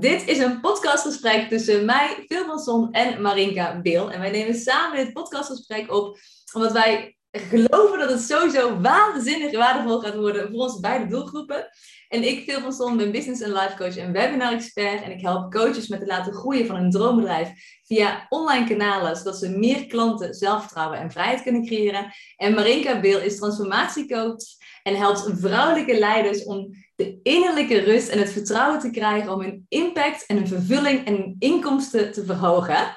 Dit is een podcastgesprek tussen mij, Phil van Son en Marinka Beel. En wij nemen samen dit podcastgesprek op, omdat wij geloven dat het sowieso waanzinnig waardevol gaat worden voor onze beide doelgroepen. En ik, Phil van Son, ben business en life coach en webinar expert. En ik help coaches met het laten groeien van hun droombedrijf via online kanalen, zodat ze meer klanten, zelfvertrouwen en vrijheid kunnen creëren. En Marinka Beel is transformatiecoach en helpt vrouwelijke leiders om de innerlijke rust en het vertrouwen te krijgen om hun impact en hun vervulling en hun inkomsten te verhogen.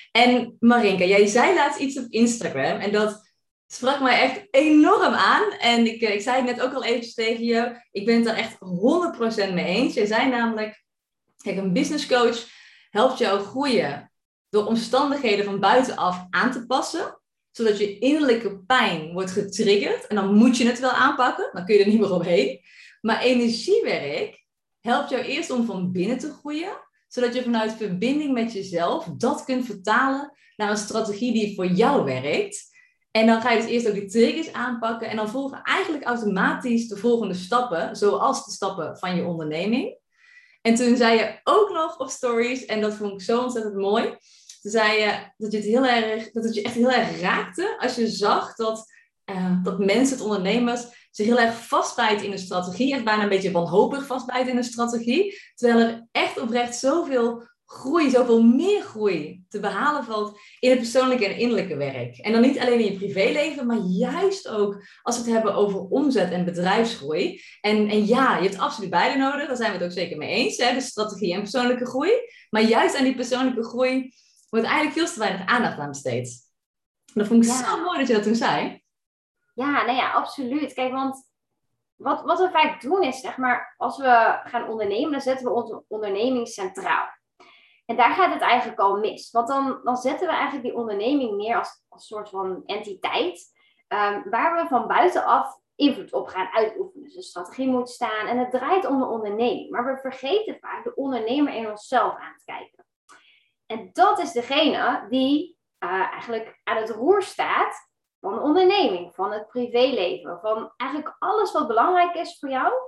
En Marinka, jij zei laatst iets op Instagram en dat sprak mij echt enorm aan. En ik zei het net ook al eventjes tegen je. Ik ben het daar echt 100% mee eens. Jij zei namelijk, kijk, een business coach helpt jou groeien door omstandigheden van buitenaf aan te passen, zodat je innerlijke pijn wordt getriggerd. En dan moet je het wel aanpakken, dan kun je er niet meer omheen. Maar energiewerk helpt jou eerst om van binnen te groeien, zodat je vanuit verbinding met jezelf dat kunt vertalen naar een strategie die voor jou werkt. En dan ga je dus eerst ook die triggers aanpakken en dan volgen eigenlijk automatisch de volgende stappen, zoals de stappen van je onderneming. En toen zei je ook nog op stories, en dat vond ik zo ontzettend mooi, toen zei je dat het je echt heel erg raakte als je zag dat mensen, het ondernemers, zich heel erg vastbijten in een strategie, echt bijna een beetje wanhopig vastbijten in een strategie, terwijl er echt oprecht zoveel groei, zoveel meer groei te behalen valt in het persoonlijke en innerlijke werk. En dan niet alleen in je privéleven, maar juist ook als we het hebben over omzet en bedrijfsgroei. En ja, je hebt absoluut beide nodig, daar zijn we het ook zeker mee eens, hè? De strategie en persoonlijke groei. Maar juist aan die persoonlijke groei wordt eigenlijk veel te weinig aandacht aan besteed. En dat vond ik zo mooi dat je dat toen zei. Ja, nou ja, absoluut. Kijk, want wat we vaak doen is, zeg maar, als we gaan ondernemen, dan zetten we onze onderneming centraal. En daar gaat het eigenlijk al mis. Want dan zetten we eigenlijk die onderneming neer als soort van entiteit, waar we van buitenaf invloed op gaan uitoefenen. Dus een strategie moet staan en het draait om de onderneming. Maar we vergeten vaak de ondernemer in onszelf aan te kijken. En dat is degene die eigenlijk aan het roer staat van de onderneming, van het privéleven, van eigenlijk alles wat belangrijk is voor jou.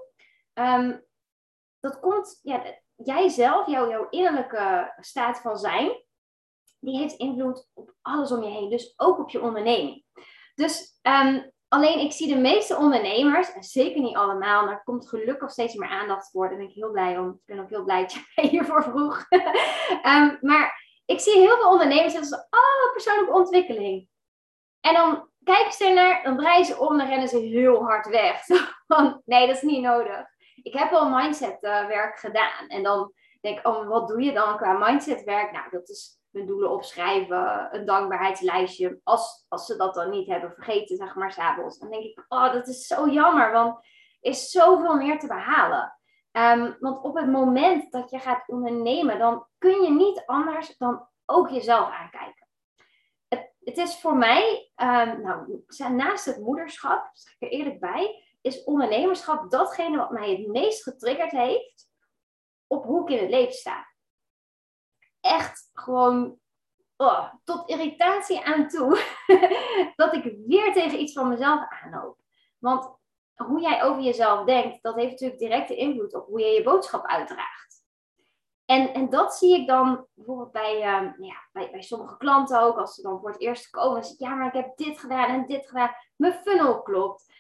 Dat komt, jijzelf, jouw innerlijke staat van zijn, die heeft invloed op alles om je heen. Dus ook op je onderneming. Dus alleen ik zie de meeste ondernemers, en zeker niet allemaal, daar komt gelukkig steeds meer aandacht voor. Daar ben ik heel blij om. Ik ben ook heel blij dat je mij hiervoor vroeg. Maar ik zie heel veel ondernemers, dat is allemaal persoonlijke ontwikkeling. En dan kijken ze ernaar, dan draaien ze om, dan rennen ze heel hard weg. Van, nee, dat is niet nodig. Ik heb al mindset werk gedaan. En dan denk ik, wat doe je dan qua mindset werk? Nou, dat is hun doelen opschrijven, een dankbaarheidslijstje. Als ze dat dan niet hebben vergeten, zeg maar, 's avonds. Dan denk ik, dat is zo jammer, want er is zoveel meer te behalen. Want op het moment dat je gaat ondernemen, dan kun je niet anders dan ook jezelf aankijken. Het is voor mij, naast het moederschap, zeg ik er eerlijk bij, is ondernemerschap datgene wat mij het meest getriggerd heeft op hoe ik in het leven sta. Echt gewoon tot irritatie aan toe dat ik weer tegen iets van mezelf aanloop. Want hoe jij over jezelf denkt, dat heeft natuurlijk directe invloed op hoe je je boodschap uitdraagt. En dat zie ik dan bijvoorbeeld bij sommige klanten ook. Als ze dan voor het eerst komen en zeggen, ja, maar ik heb dit gedaan en dit gedaan. Mijn funnel klopt.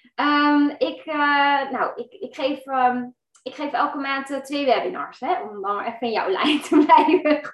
Ik geef elke maand 2 webinars. Hè, om dan maar even in jouw lijn te blijven.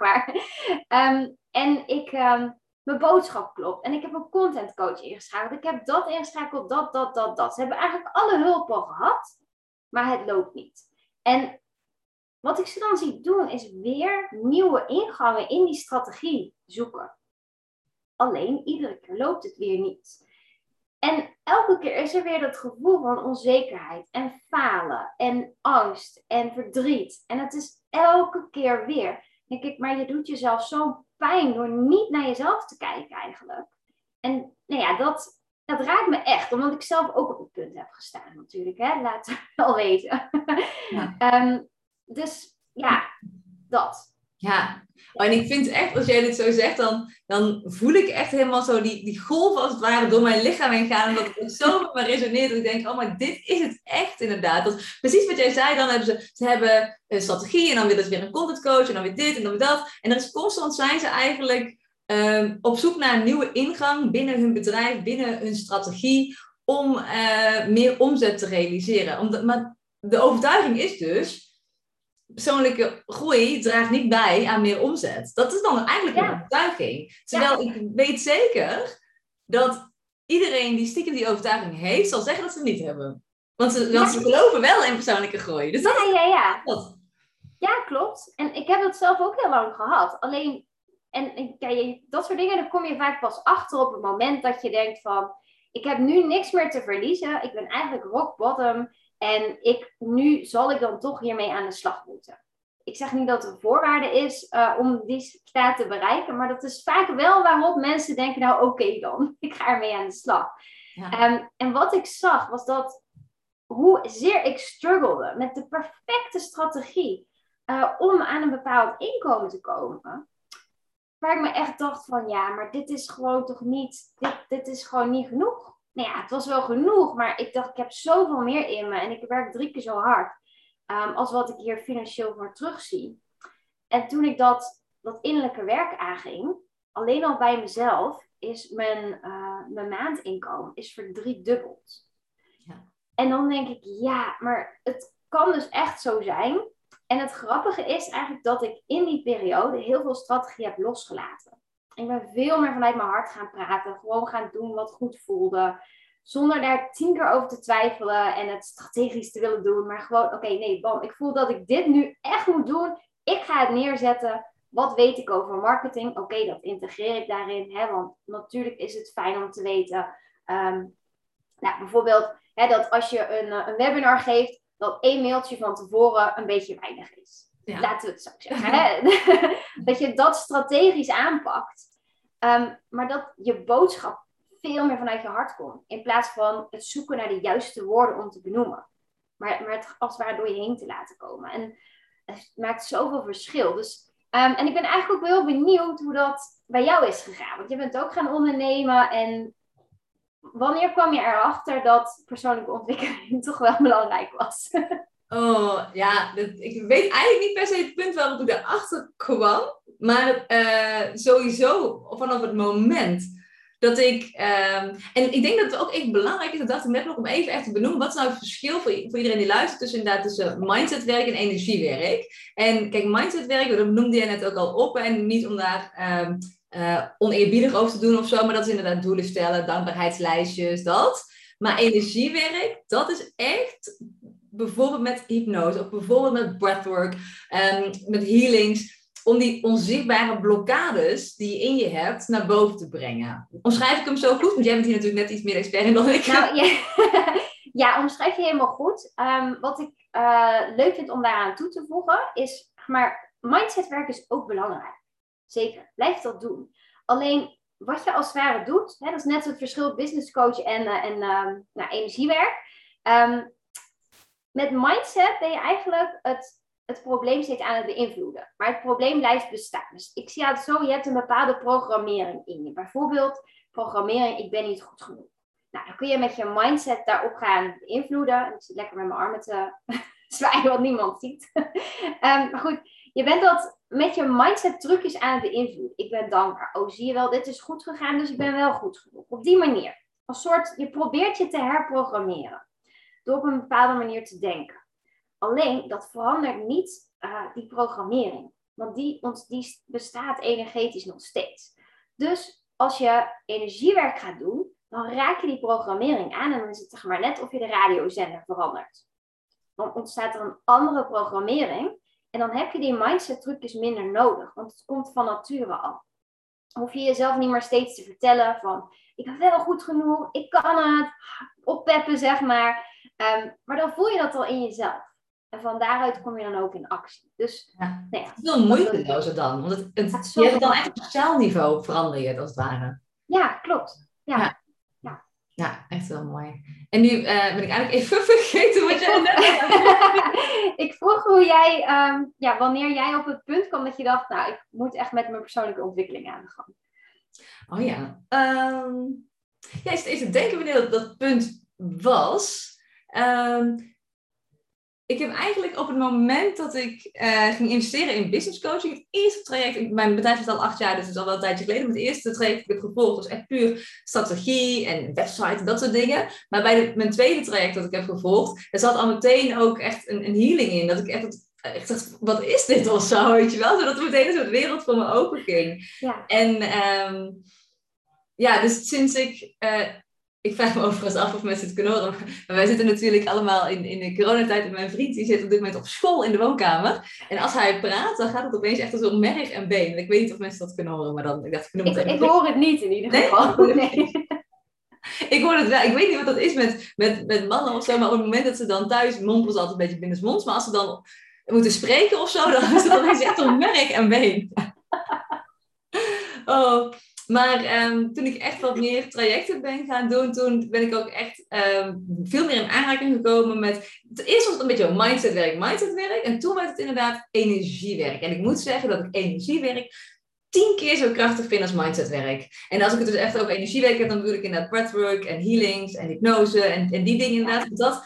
Mijn boodschap klopt. En ik heb een content coach ingeschakeld. Ik heb dat ingeschakeld, dat. Ze hebben eigenlijk alle hulp al gehad. Maar het loopt niet. En wat ik ze dan zie doen, is weer nieuwe ingangen in die strategie zoeken. Alleen, iedere keer loopt het weer niet. En elke keer is er weer dat gevoel van onzekerheid en falen en angst en verdriet. En het is elke keer weer. Denk ik, maar je doet jezelf zo'n pijn door niet naar jezelf te kijken eigenlijk. En dat raakt me echt, omdat ik zelf ook op het punt heb gestaan natuurlijk. Hè? Laat het wel weten. Ja. Dus ja, dat. Ja, en ik vind echt, als jij dit zo zegt, dan voel ik echt helemaal zo die golf als het ware door mijn lichaam heen gaan. En dat het zo met me resoneert. Dat ik denk, oh, maar dit is het echt inderdaad. Dat is precies wat jij zei, dan hebben ze hebben een strategie en dan willen ze weer een content coach en dan weer dit en dan weer dat. En er is constant zijn ze eigenlijk op zoek naar een nieuwe ingang binnen hun bedrijf, binnen hun strategie, om meer omzet te realiseren. Maar de overtuiging is dus, persoonlijke groei draagt niet bij aan meer omzet. Dat is dan eigenlijk een overtuiging. Terwijl ik weet zeker dat iedereen die stiekem die overtuiging heeft, zal zeggen dat ze het niet hebben. Want ze geloven wel in persoonlijke groei. Dus dat is... Ja, klopt. En ik heb dat zelf ook heel lang gehad. Alleen, dat soort dingen, dan kom je vaak pas achter op het moment dat je denkt van, ik heb nu niks meer te verliezen. Ik ben eigenlijk rock bottom. En nu zal ik dan toch hiermee aan de slag moeten. Ik zeg niet dat het een voorwaarde is om die staat te bereiken. Maar dat is vaak wel waarop mensen denken, nou oké dan. Ik ga ermee aan de slag. Ja. En wat ik zag was dat hoezeer ik struggelde met de perfecte strategie om aan een bepaald inkomen te komen. Waar ik me echt dacht van, ja, maar dit is gewoon toch niet, dit is gewoon niet genoeg. Nou ja, het was wel genoeg, maar ik dacht, ik heb zoveel meer in me en ik werk 3 keer zo hard als wat ik hier financieel voor terugzie. En toen ik dat innerlijke werk aanging, alleen al bij mezelf, is mijn maandinkomen is verdriedubbeld. Ja. En dan denk ik, ja, maar het kan dus echt zo zijn. En het grappige is eigenlijk dat ik in die periode heel veel strategie heb losgelaten. Ik ben veel meer vanuit mijn hart gaan praten. Gewoon gaan doen wat goed voelde. Zonder daar 10 keer over te twijfelen en het strategisch te willen doen. Maar gewoon, bam. Ik voel dat ik dit nu echt moet doen. Ik ga het neerzetten. Wat weet ik over marketing? Dat integreer ik daarin. Want natuurlijk is het fijn om te weten. Bijvoorbeeld dat als je een webinar geeft, dat 1 mailtje van tevoren een beetje weinig is. Ja. Laten we het zo zeggen. Dat je dat strategisch aanpakt. Maar dat je boodschap veel meer vanuit je hart komt. In plaats van het zoeken naar de juiste woorden om te benoemen. Maar het als het ware door je heen te laten komen. En het maakt zoveel verschil. Dus, en ik ben eigenlijk ook heel benieuwd hoe dat bij jou is gegaan. Want je bent ook gaan ondernemen. En wanneer kwam je erachter dat persoonlijke ontwikkeling toch wel belangrijk was? Oh, ja. Ik weet eigenlijk niet per se het punt waarop ik erachter kwam. Maar sowieso vanaf het moment dat ik... en ik denk dat het ook echt belangrijk is, dat dacht ik net nog om even echt te benoemen. Wat is nou het verschil voor iedereen die luistert tussen mindsetwerk en energiewerk? En kijk, mindsetwerk, dat noemde jij net ook al op. En niet om daar oneerbiedig over te doen of zo. Maar dat is inderdaad doelen stellen, dankbaarheidslijstjes, dat. Maar energiewerk, dat is echt... Bijvoorbeeld met hypnose of bijvoorbeeld met breathwork, met healings, om die onzichtbare blokkades die je in je hebt naar boven te brengen. Omschrijf ik hem zo goed? Want jij bent hier natuurlijk net iets meer expert in dan ik. Nou, ja, omschrijf je helemaal goed. Wat ik leuk vind om daaraan toe te voegen is, maar mindsetwerk is ook belangrijk. Zeker, blijf dat doen. Alleen wat je als het ware doet, dat is net het verschil business coach en energiewerk. Met mindset ben je eigenlijk het probleem steeds aan het beïnvloeden. Maar het probleem blijft bestaan. Dus ik zie het zo, je hebt een bepaalde programmering in je. Bijvoorbeeld programmering, ik ben niet goed genoeg. Nou, dan kun je met je mindset daarop gaan beïnvloeden. Ik zit lekker met mijn armen te zwaaien, wat niemand ziet. Maar goed, je bent dat met je mindset trucjes aan het beïnvloeden. Ik ben dankbaar. Oh, zie je wel, dit is goed gegaan, dus ik ben wel goed genoeg. Op die manier. Als soort, je probeert je te herprogrammeren. Door op een bepaalde manier te denken. Alleen, dat verandert niet die programmering. Want die bestaat energetisch nog steeds. Dus als je energiewerk gaat doen, dan raak je die programmering aan. En dan is het zeg maar net of je de radiozender verandert. Dan ontstaat er een andere programmering. En dan heb je die mindset trucjes minder nodig. Want het komt van nature al. Dan hoef je jezelf niet meer steeds te vertellen van... Ik ben wel goed genoeg, ik kan het. Oppeppen, zeg maar. Maar dan voel je dat al in jezelf. En van daaruit kom je dan ook in actie. Dus, ja. Nou ja, veel moeitelozer dan. Want je hebt het dan echt op sociaal niveau verander je het als het ware. Ja, klopt. Ja. Ja, echt heel mooi. En nu ben ik eigenlijk even vergeten wat jij net Ik vroeg hoe wanneer jij op het punt kwam dat je dacht, nou, ik moet echt met mijn persoonlijke ontwikkeling aan de gang? Oh ja. Ja, ik zit even te denken wanneer dat punt was. Ik heb eigenlijk op het moment dat ik ging investeren in business coaching, het eerste traject, mijn bedrijf is al 8 jaar, dus het is al wel een tijdje geleden, maar het eerste traject dat ik heb gevolgd was echt puur strategie en website en dat soort dingen. Maar bij mijn tweede traject dat ik heb gevolgd, er zat al meteen ook echt een healing in, dat ik echt dacht, wat is dit of zo, weet je wel? Zodat er meteen een soort wereld voor me open ging. Ja. En dus sinds ik vraag me overigens af of mensen het kunnen horen. Maar wij zitten natuurlijk allemaal in de coronatijd. En mijn vriend die zit op dit moment op school in de woonkamer. En als hij praat, dan gaat het opeens echt als een merg en been. En ik weet niet of mensen dat kunnen horen. Maar dan, ik dacht, ik hoor het niet in ieder geval. Nee? Ik hoor het wel. Ik weet niet wat dat is met mannen of zo. Maar op het moment dat ze dan thuis mompelen ze altijd een beetje binnensmonds. Maar als ze dan moeten spreken of zo, dan is het opeens echt een merg en been. Oh. Maar toen ik echt wat meer trajecten ben gaan doen, toen ben ik ook echt veel meer in aanraking gekomen met... Eerst was het een beetje mindsetwerk. En toen werd het inderdaad energiewerk. En ik moet zeggen dat ik energiewerk 10 keer zo krachtig vind als mindsetwerk. En als ik het dus echt over energiewerk heb, dan bedoel ik inderdaad breathwork en healings en hypnose en die dingen inderdaad. Dat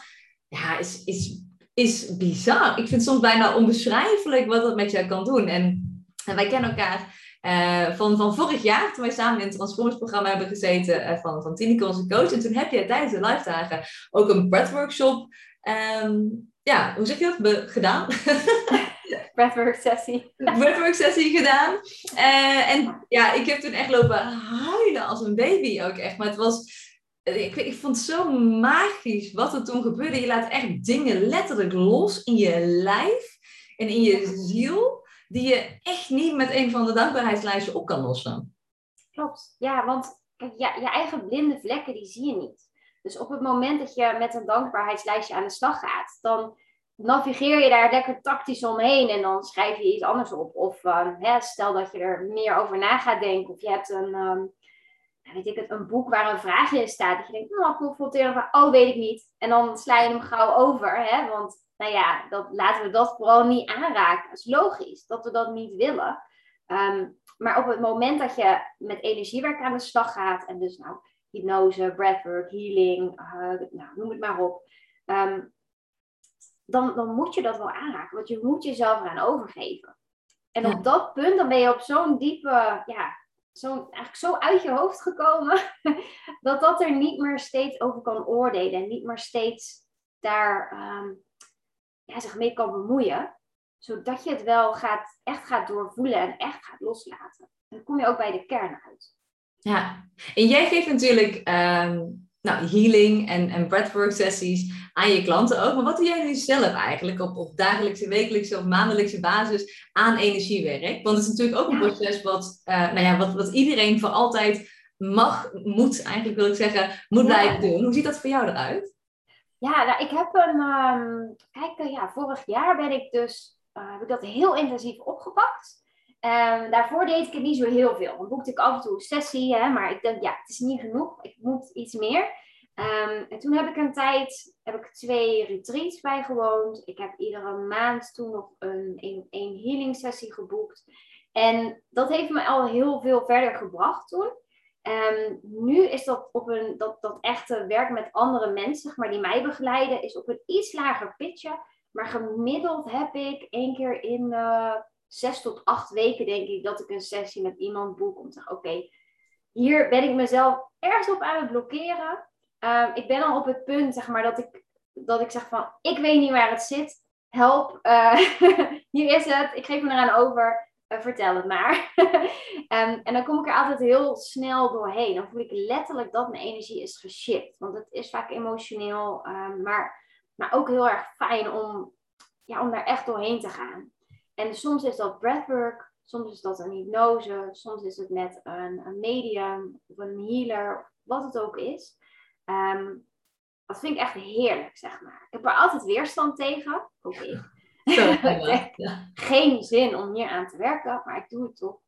is bizar. Ik vind het soms bijna onbeschrijfelijk wat dat met jou kan doen. En wij kennen elkaar... van vorig jaar, toen wij samen in het Transformers-programma hebben gezeten van Tineke, onze coach. En toen heb je tijdens de live dagen ook een breathworkshop, hoe zeg je dat, gedaan? Breathwork sessie. Breathwork sessie gedaan. Ik heb toen echt lopen huilen als een baby ook echt. Maar het was... Ik vond het zo magisch wat er toen gebeurde. Je laat echt dingen letterlijk los in je lijf en in je ziel, die je echt niet met een van de dankbaarheidslijstjes op kan lossen. Klopt. Ja, want je eigen blinde vlekken, die zie je niet. Dus op het moment dat je met een dankbaarheidslijstje aan de slag gaat, dan navigeer je daar lekker tactisch omheen en dan schrijf je iets anders op. Of stel dat je er meer over na gaat denken. Of je hebt een boek waar een vraag in staat. Dat je denkt, confronteren van, weet ik niet. En dan sla je hem gauw over. Hè? Want laten we dat vooral niet aanraken. Het is logisch dat we dat niet willen. Maar op het moment dat je met energiewerk aan de slag gaat. En dus hypnose, breathwork, healing, noem het maar op. Dan moet je dat wel aanraken. Want je moet jezelf eraan overgeven. En op dat punt, dan ben je op zo'n diepe... eigenlijk zo uit je hoofd gekomen, dat er niet meer steeds over kan oordelen en niet meer steeds daar zich mee kan bemoeien, zodat je het wel echt gaat doorvoelen en echt gaat loslaten. En dan kom je ook bij de kern uit. Ja, en jij geeft natuurlijk healing en breathwork sessies aan je klanten ook. Maar wat doe jij nu zelf eigenlijk op dagelijkse, wekelijkse of maandelijkse basis aan energiewerk? Want het is natuurlijk ook een proces wat iedereen voor altijd moet blijven doen. Hoe ziet dat voor jou eruit? Ja, ik heb vorig jaar heb ik dat heel intensief opgepakt. Daarvoor deed ik het niet zo heel veel. Dan boekte ik af en toe een sessie, maar ik dacht, het is niet genoeg. Ik moet iets meer. En toen heb ik 2 retreats bijgewoond. Ik heb iedere maand toen nog een healing sessie geboekt. En dat heeft me al heel veel verder gebracht toen. Nu is dat dat echte werk met andere mensen, maar die mij begeleiden, is op een iets lager pitje. Maar gemiddeld heb ik 1 keer in 6 tot 8 weken, denk ik, dat ik een sessie met iemand boek om te zeggen, oké, hier ben ik mezelf ergens op aan het blokkeren. Ik ben al op het punt, zeg maar, dat ik zeg van, ik weet niet waar het zit. Help, hier is het, ik geef me eraan over. Vertel het maar. En dan kom ik er altijd heel snel doorheen. Dan voel ik letterlijk dat mijn energie is geshift. Want het is vaak emotioneel, maar ook heel erg fijn om daar echt doorheen te gaan. En soms is dat breathwork, soms is dat een hypnose, soms is het met een medium of een healer, wat het ook is. Dat vind ik echt heerlijk, zeg maar. Ik heb er altijd weerstand tegen. Oké. Geen zin om hier aan te werken, maar ik doe het toch.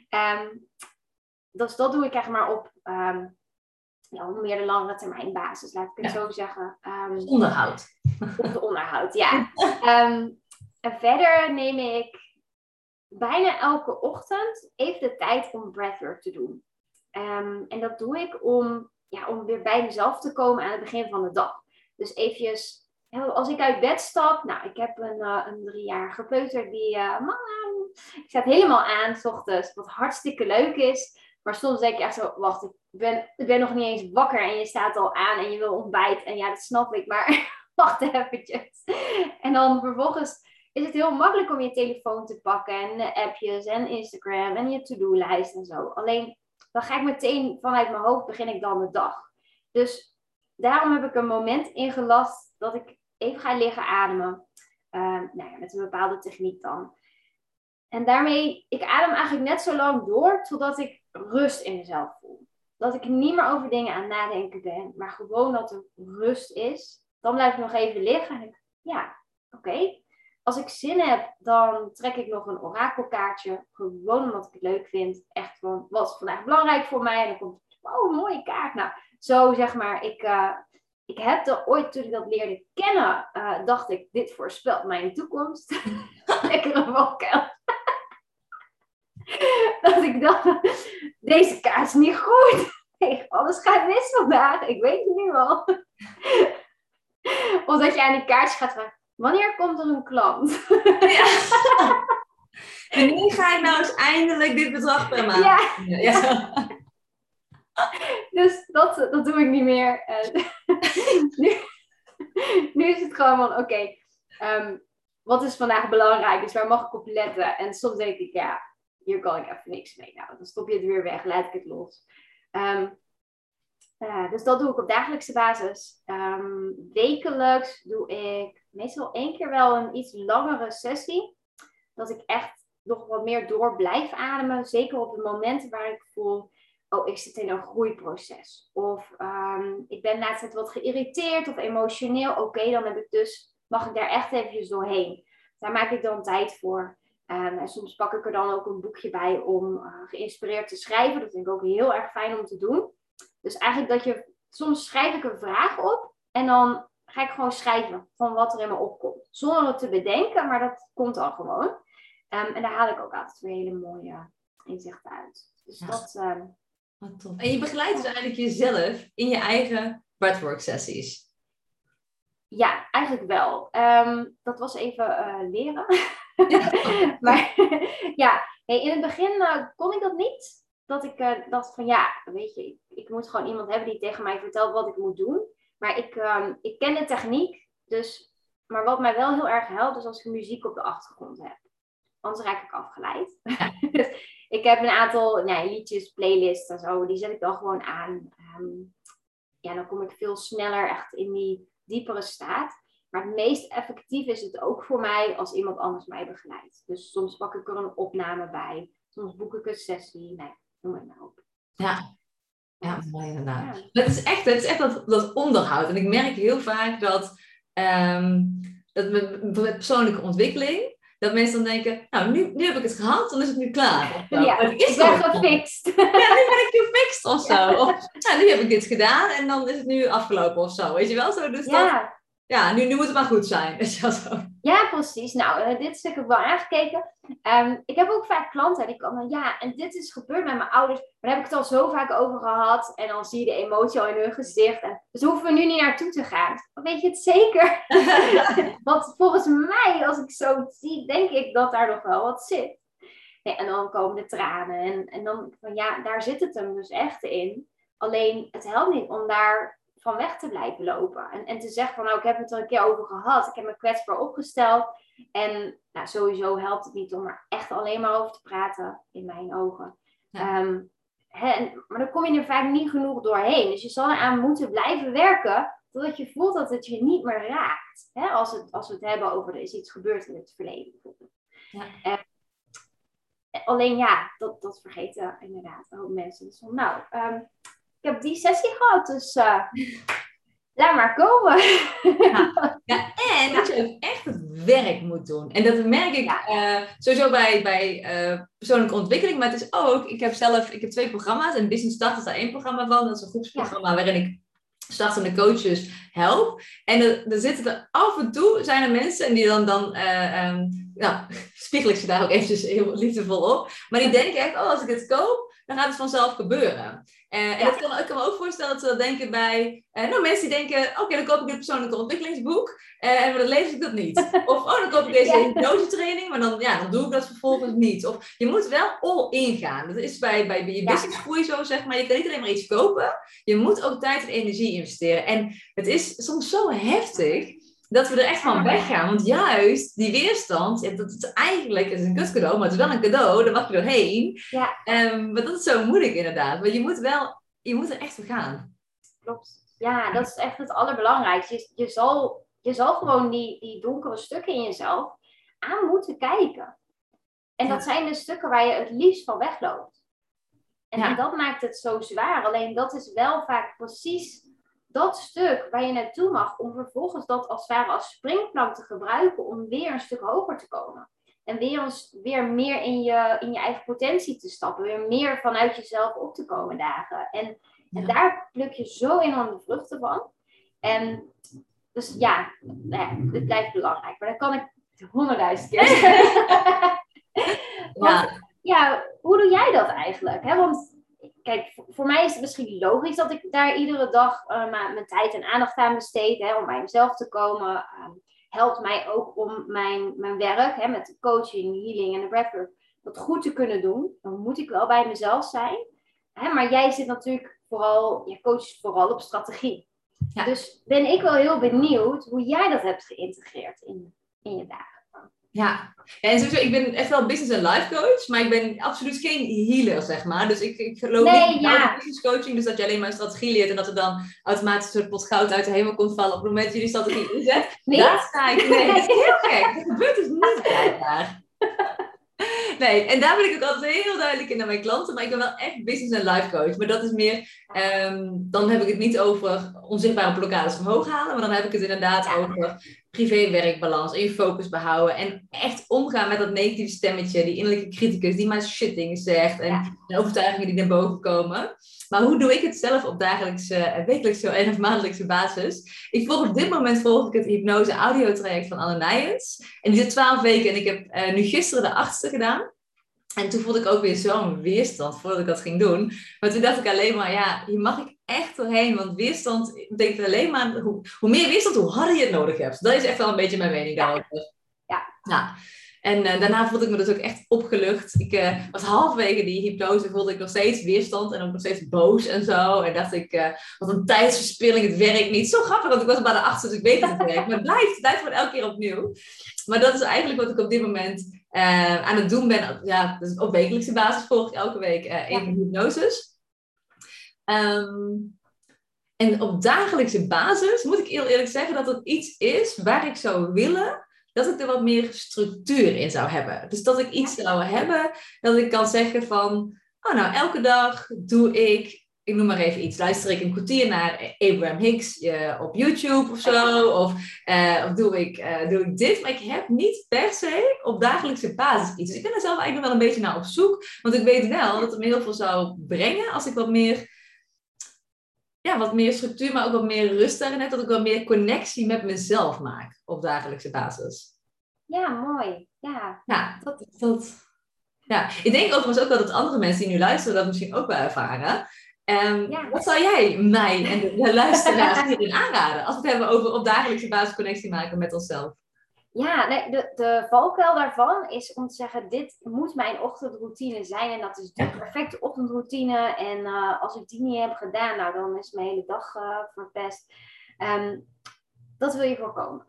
Dus dat doe ik echt maar op meer de langere termijn basis, laat ik het zo zeggen. Onderhoud. Op de onderhoud, ja. En verder neem ik bijna elke ochtend even de tijd om breathwork te doen. En dat doe ik om weer bij mezelf te komen aan het begin van de dag. Dus eventjes, als ik uit bed stap, nou, ik heb een 3-jarige peuter die, mama, ik sta helemaal aan 's ochtends, wat hartstikke leuk is. Maar soms denk je echt zo, wacht, ik ben nog niet eens wakker en je staat al aan en je wil ontbijt. En ja, dat snap ik, maar wacht eventjes. En dan vervolgens is het heel makkelijk om je telefoon te pakken en de appjes en Instagram en je to-do-lijst en zo. Alleen, dan ga ik meteen vanuit mijn hoofd begin ik dan de dag. Dus daarom heb ik een moment ingelast dat ik even ga liggen ademen. Met een bepaalde techniek dan. En daarmee, ik adem eigenlijk net zo lang door totdat ik rust in mezelf voel. Dat ik niet meer over dingen aan het nadenken ben, maar gewoon dat er rust is. Dan blijf ik nog even liggen en denk oké. Als ik zin heb, dan trek ik nog een orakelkaartje. Gewoon omdat ik het leuk vind. Echt van, wat is vandaag belangrijk voor mij? En dan komt, een mooie kaart. Nou, zo zeg maar, ik heb er ooit, toen ik dat leerde kennen, dacht ik, dit voorspelt mijn toekomst. Lekkere valkuil. Dat ik dacht, deze kaart is niet goed. Nee, alles gaat mis vandaag. Ik weet het nu al. Of dat je aan die kaartje gaat vragen, wanneer komt er een klant? Ja. Wanneer ga ik nou eens eindelijk dit bedrag per maand? Ja. Dus dat doe ik niet meer. Nu is het gewoon van, oké, wat is vandaag belangrijk? Dus waar mag ik op letten? En soms denk ik, hier kan ik even niks mee. Nou, dan stop je het weer weg, laat ik het los. Dus dat doe ik op dagelijkse basis. Wekelijks doe ik meestal 1 keer wel een iets langere sessie. Dat ik echt nog wat meer door blijf ademen. Zeker op de momenten waar ik voel, ik zit in een groeiproces. Of ik ben laatst net wat geïrriteerd of emotioneel. Oké, dan mag ik daar echt eventjes doorheen. Daar maak ik dan tijd voor. En soms pak ik er dan ook een boekje bij om geïnspireerd te schrijven. Dat vind ik ook heel erg fijn om te doen. Dus eigenlijk soms schrijf ik een vraag op en dan ga ik gewoon schrijven van wat er in me opkomt. Zonder het te bedenken, maar dat komt dan gewoon. En daar haal ik ook altijd weer hele mooie inzichten uit. Dus dat... Wat tof. En je begeleidt dus eigenlijk jezelf in je eigen breathwork sessies. Ja, eigenlijk wel. Dat was even leren. Maar in het begin kon ik dat niet. Dat ik dacht van weet je, ik moet gewoon iemand hebben die tegen mij vertelt wat ik moet doen. Maar ik ken de techniek, maar wat mij wel heel erg helpt is als ik muziek op de achtergrond heb. Anders raak ik afgeleid. Dus ik heb een aantal liedjes, playlists en zo, die zet ik dan gewoon aan. Dan kom ik veel sneller echt in die diepere staat. Maar het meest effectief is het ook voor mij als iemand anders mij begeleidt. Dus soms pak ik er een opname bij. Soms boek ik een sessie. Nee, noem het maar op. Ja, mooi inderdaad. Ja. Het is echt dat onderhoud. En ik merk heel vaak dat met persoonlijke ontwikkeling, dat mensen dan denken, nou, nu heb ik het gehad, dan is het nu klaar. Ja, ik ben gefixt. Ja, nu ben ik gefixt of zo. Ja. Of, nu heb ik dit gedaan en dan is het nu afgelopen of zo. Weet je wel zo? Dus nu moet het maar goed zijn. Is dat zo? Ja, precies. Nou, dit stuk heb ik wel aangekeken. Ik heb ook vaak klanten die komen, en dit is gebeurd met mijn ouders. Maar daar heb ik het al zo vaak over gehad. En dan zie je de emotie al in hun gezicht. Dus hoeven we nu niet naartoe te gaan. Dan weet je het zeker. Want volgens mij, als ik zo zie, denk ik dat daar nog wel wat zit. Nee, en dan komen de tranen. En dan van daar zit het hem dus echt in. Alleen, het helpt niet om daar van weg te blijven lopen. En te zeggen van, ik heb het er een keer over gehad. Ik heb me kwetsbaar opgesteld. En sowieso helpt het niet om er echt alleen maar over te praten, in mijn ogen. Ja. Maar dan kom je er vaak niet genoeg doorheen. Dus je zal eraan moeten blijven werken, totdat je voelt dat het je niet meer raakt. Als we het hebben over, er is iets gebeurd in het verleden bijvoorbeeld. Ja. Alleen dat vergeten inderdaad ook mensen. Dus van, ik heb die sessie gehad, dus laat maar komen. En dat je ook echt het werk moet doen. En dat merk ik sowieso bij persoonlijke ontwikkeling. Maar het is ook, ik heb 2 programma's. En Business Start is daar 1 programma van. Dat is een groepsprogramma waarin ik startende coaches help. En er zitten er af en toe, zijn er mensen, en die dan spiegel ik ze daar ook eventjes heel liefdevol op. Maar die denken echt, als ik het koop, dan gaat het vanzelf gebeuren. En ik kan me ook voorstellen dat ze dat denken bij mensen die denken, oké, dan koop ik dit persoonlijke ontwikkelingsboek. Maar dan lees ik dat niet. Of, dan koop ik deze hypnose training, maar dan doe ik dat vervolgens niet. Of je moet wel all in gaan. Dat is bij je businessgroei zo, zeg maar. Je kan niet alleen maar iets kopen. Je moet ook tijd en energie investeren. En het is soms zo heftig dat we er echt van weggaan. Want juist die weerstand, dat is eigenlijk een kutcadeau, maar het is wel een cadeau, daar mag je doorheen. Ja. Maar dat is zo moeilijk inderdaad. Maar je moet er echt voor gaan. Klopt. Ja, dat is echt het allerbelangrijkste. Je zal gewoon die donkere stukken in jezelf aan moeten kijken. En dat zijn de stukken waar je het liefst van wegloopt. En dat maakt het zo zwaar. Alleen dat is wel vaak precies dat stuk waar je naartoe mag, om vervolgens dat als het ware als springplank te gebruiken om weer een stuk hoger te komen. En weer meer in je eigen potentie te stappen. Weer meer vanuit jezelf op te komen dagen. En daar pluk je zo enorm de vruchten van. En dus het blijft belangrijk. Maar dan kan ik 100.000 keer zeggen. Hoe doe jij dat eigenlijk? Hè? Want kijk, voor mij is het misschien logisch dat ik daar iedere dag mijn tijd en aandacht aan besteed. Hè, om bij mezelf te komen. Helpt mij ook om mijn werk met de coaching, healing en de breathwork dat goed te kunnen doen. Dan moet ik wel bij mezelf zijn. Hè, maar jij zit natuurlijk je coacht vooral op strategie. Ja. Dus ben ik wel heel benieuwd hoe jij dat hebt geïntegreerd in je dagen. Ja, en sowieso, ik ben echt wel business en life coach, maar ik ben absoluut geen healer, zeg maar. Dus ik geloof niet in de business coaching, dus dat je alleen maar strategie leert en dat er dan automatisch een soort pot goud uit de hemel komt vallen op het moment dat je die strategie inzet. Nee? Daar sta ik. Nee, dat is heel gek. Dat gebeurt dus niet blijkbaar. Nee, en daar ben ik ook altijd heel duidelijk in naar mijn klanten. Maar ik ben wel echt business en life coach. Maar dat is meer, dan heb ik het niet over onzichtbare blokkades omhoog halen. Maar dan heb ik het inderdaad over privé-werkbalans en je focus behouden. En echt omgaan met dat negatieve stemmetje, die innerlijke criticus die maar shitting zegt. En de overtuigingen die naar boven komen. Maar hoe doe ik het zelf op dagelijkse, wekelijkse en maandelijkse basis? Op dit moment volg ik het hypnose audiotraject van Anne Nijens. En die zit 12 weken en ik heb nu gisteren de 8e gedaan. En toen voelde ik ook weer zo'n weerstand voordat ik dat ging doen. Maar toen dacht ik alleen maar, hier mag ik echt doorheen. Want weerstand betekent alleen maar, hoe meer weerstand, hoe harder je het nodig hebt. Dat is echt wel een beetje mijn mening daarover. Ja. En daarna voelde ik me dus ook echt opgelucht. Ik was halverwege die hypnose, voelde ik nog steeds weerstand en ook nog steeds boos en zo. En dacht ik, wat een tijdsverspilling, het werkt niet. Zo grappig, want ik was bij de 8e, dus ik weet dat het werkt. Maar het blijft gewoon elke keer opnieuw. Maar dat is eigenlijk wat ik op dit moment aan het doen ben. Ja, dus op wekelijkse basis volg ik elke week even hypnoses. En op dagelijkse basis moet ik heel eerlijk zeggen dat het iets is waar ik zou willen dat ik er wat meer structuur in zou hebben. Dus dat ik iets zou hebben dat ik kan zeggen van, elke dag doe ik noem maar even iets, luister ik een kwartier naar Abraham Hicks op YouTube of zo, of doe ik dit, maar ik heb niet per se op dagelijkse basis iets. Dus ik ben er zelf eigenlijk nog wel een beetje naar op zoek, want ik weet wel dat het me heel veel zou brengen als ik wat meer structuur, maar ook wat meer rust daarin heb, dat ik wat meer connectie met mezelf maak op dagelijkse basis. Ja, mooi. Ja, ik denk overigens ook wel dat andere mensen die nu luisteren dat misschien ook wel ervaren. Wat zou jij mij en de luisteraars hierin aanraden als we het hebben over op dagelijkse basis connectie maken met onszelf? Ja, de valkuil daarvan is om te zeggen, dit moet mijn ochtendroutine zijn en dat is de perfecte ochtendroutine en als ik die niet heb gedaan, dan is mijn hele dag verpest. Dat wil je voorkomen.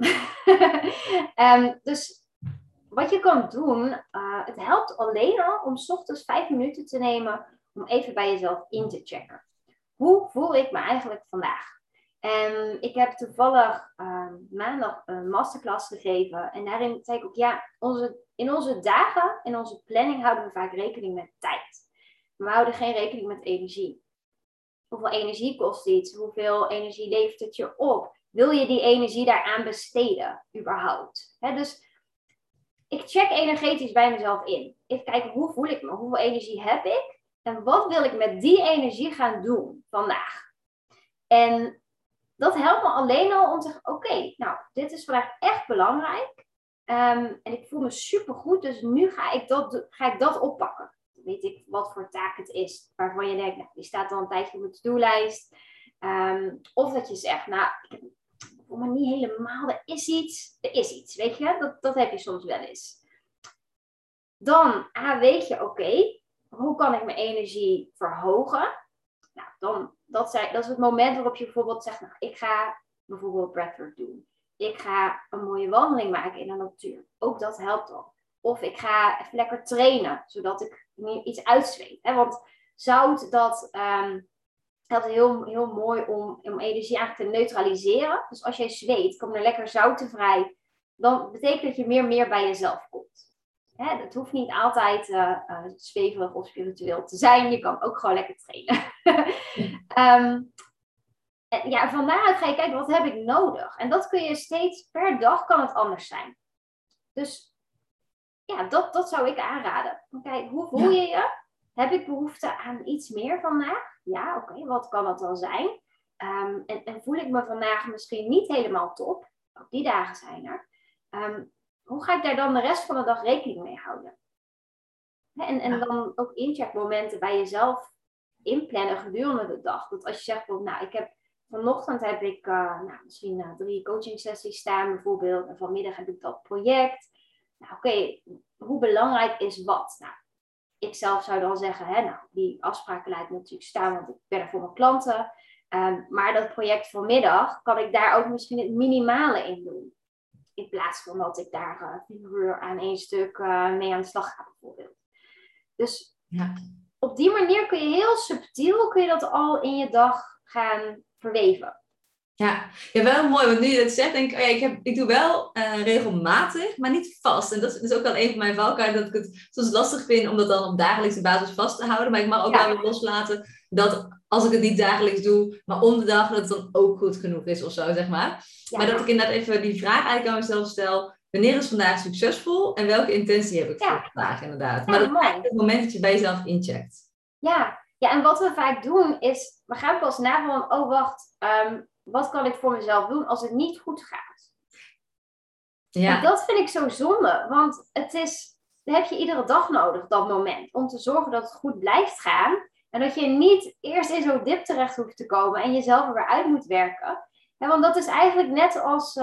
Dus wat je kan doen, het helpt alleen al om 's ochtends 5 minuten te nemen om even bij jezelf in te checken. Hoe voel ik me eigenlijk vandaag? En ik heb toevallig maandag een masterclass gegeven. En daarin zei ik ook, in onze dagen, in onze planning houden we vaak rekening met tijd. Maar we houden geen rekening met energie. Hoeveel energie kost iets? Hoeveel energie levert het je op? Wil je die energie daaraan besteden, überhaupt? Dus ik check energetisch bij mezelf in. Even kijken, hoe voel ik me? Hoeveel energie heb ik? En wat wil ik met die energie gaan doen vandaag? En dat helpt me alleen al om te zeggen, oké, nou, dit is vandaag echt belangrijk. En ik voel me supergoed, dus nu ga ik dat oppakken. Dan weet ik wat voor taak het is, waarvan je denkt, nou, die staat al een tijdje op de to-do-lijst. Of dat je zegt, nou, ik voel me niet helemaal, er is iets, weet je, dat heb je soms wel eens. Dan weet je, oké, hoe kan ik mijn energie verhogen? Nou, dat is het moment waarop je bijvoorbeeld zegt, nou, ik ga bijvoorbeeld breathwork doen. Ik ga een mooie wandeling maken in de natuur. Ook dat helpt al. Of ik ga even lekker trainen, zodat ik niet iets uitzweet. Want zout, dat is heel, heel mooi om energie eigenlijk te neutraliseren. Dus als jij zweet, komen er lekker zouten vrij. Dan betekent dat je meer bij jezelf komt. Het hoeft niet altijd zweverig of spiritueel te zijn. Je kan ook gewoon lekker trainen. Van daaruit ga je kijken, wat heb ik nodig? En dat kun je steeds, per dag kan het anders zijn. Dus ja, dat zou ik aanraden. Kijk, hoe voel je je? Heb ik behoefte aan iets meer vandaag? Ja, oké, wat kan dat dan zijn? En voel ik me vandaag misschien niet helemaal top? Ook die dagen zijn er. Hoe ga ik daar dan de rest van de dag rekening mee houden? En dan ook incheckmomenten bij jezelf inplannen gedurende de dag. Dat als je zegt, vanochtend heb ik misschien 3 coaching sessies staan bijvoorbeeld. En vanmiddag heb ik dat project. Nou, oké, hoe belangrijk is wat? Nou, ik zelf zou dan zeggen, die afspraken laat ik natuurlijk staan, want ik ben er voor mijn klanten. Maar dat project vanmiddag kan ik daar ook misschien het minimale in doen. In plaats van dat ik daar 4 uur aan één stuk mee aan de slag ga bijvoorbeeld. Dus op die manier kun je heel subtiel dat al in je dag gaan verweven. Ja, wel mooi. Want nu je dat zegt, denk ik, ik doe wel regelmatig, maar niet vast. En dat is ook wel een van mijn valkuilen, dat ik het soms lastig vind om dat dan op dagelijkse basis vast te houden. Maar ik mag ook wel weer loslaten dat als ik het niet dagelijks doe, maar om de dag, dat het dan ook goed genoeg is of zo, zeg maar. Ja. Maar dat ik inderdaad even die vraag eigenlijk aan mezelf stel, wanneer is vandaag succesvol en welke intentie heb ik voor vandaag inderdaad. Maar dat is eigenlijk het moment dat je bij jezelf incheckt. Ja, en wat we vaak doen is, we gaan pas na van, wat kan ik voor mezelf doen als het niet goed gaat? Ja. En dat vind ik zo zonde, want dat heb je iedere dag nodig, dat moment. Om te zorgen dat het goed blijft gaan. En dat je niet eerst in zo'n dip terecht hoeft te komen en jezelf er weer uit moet werken. Ja, want dat is eigenlijk net als,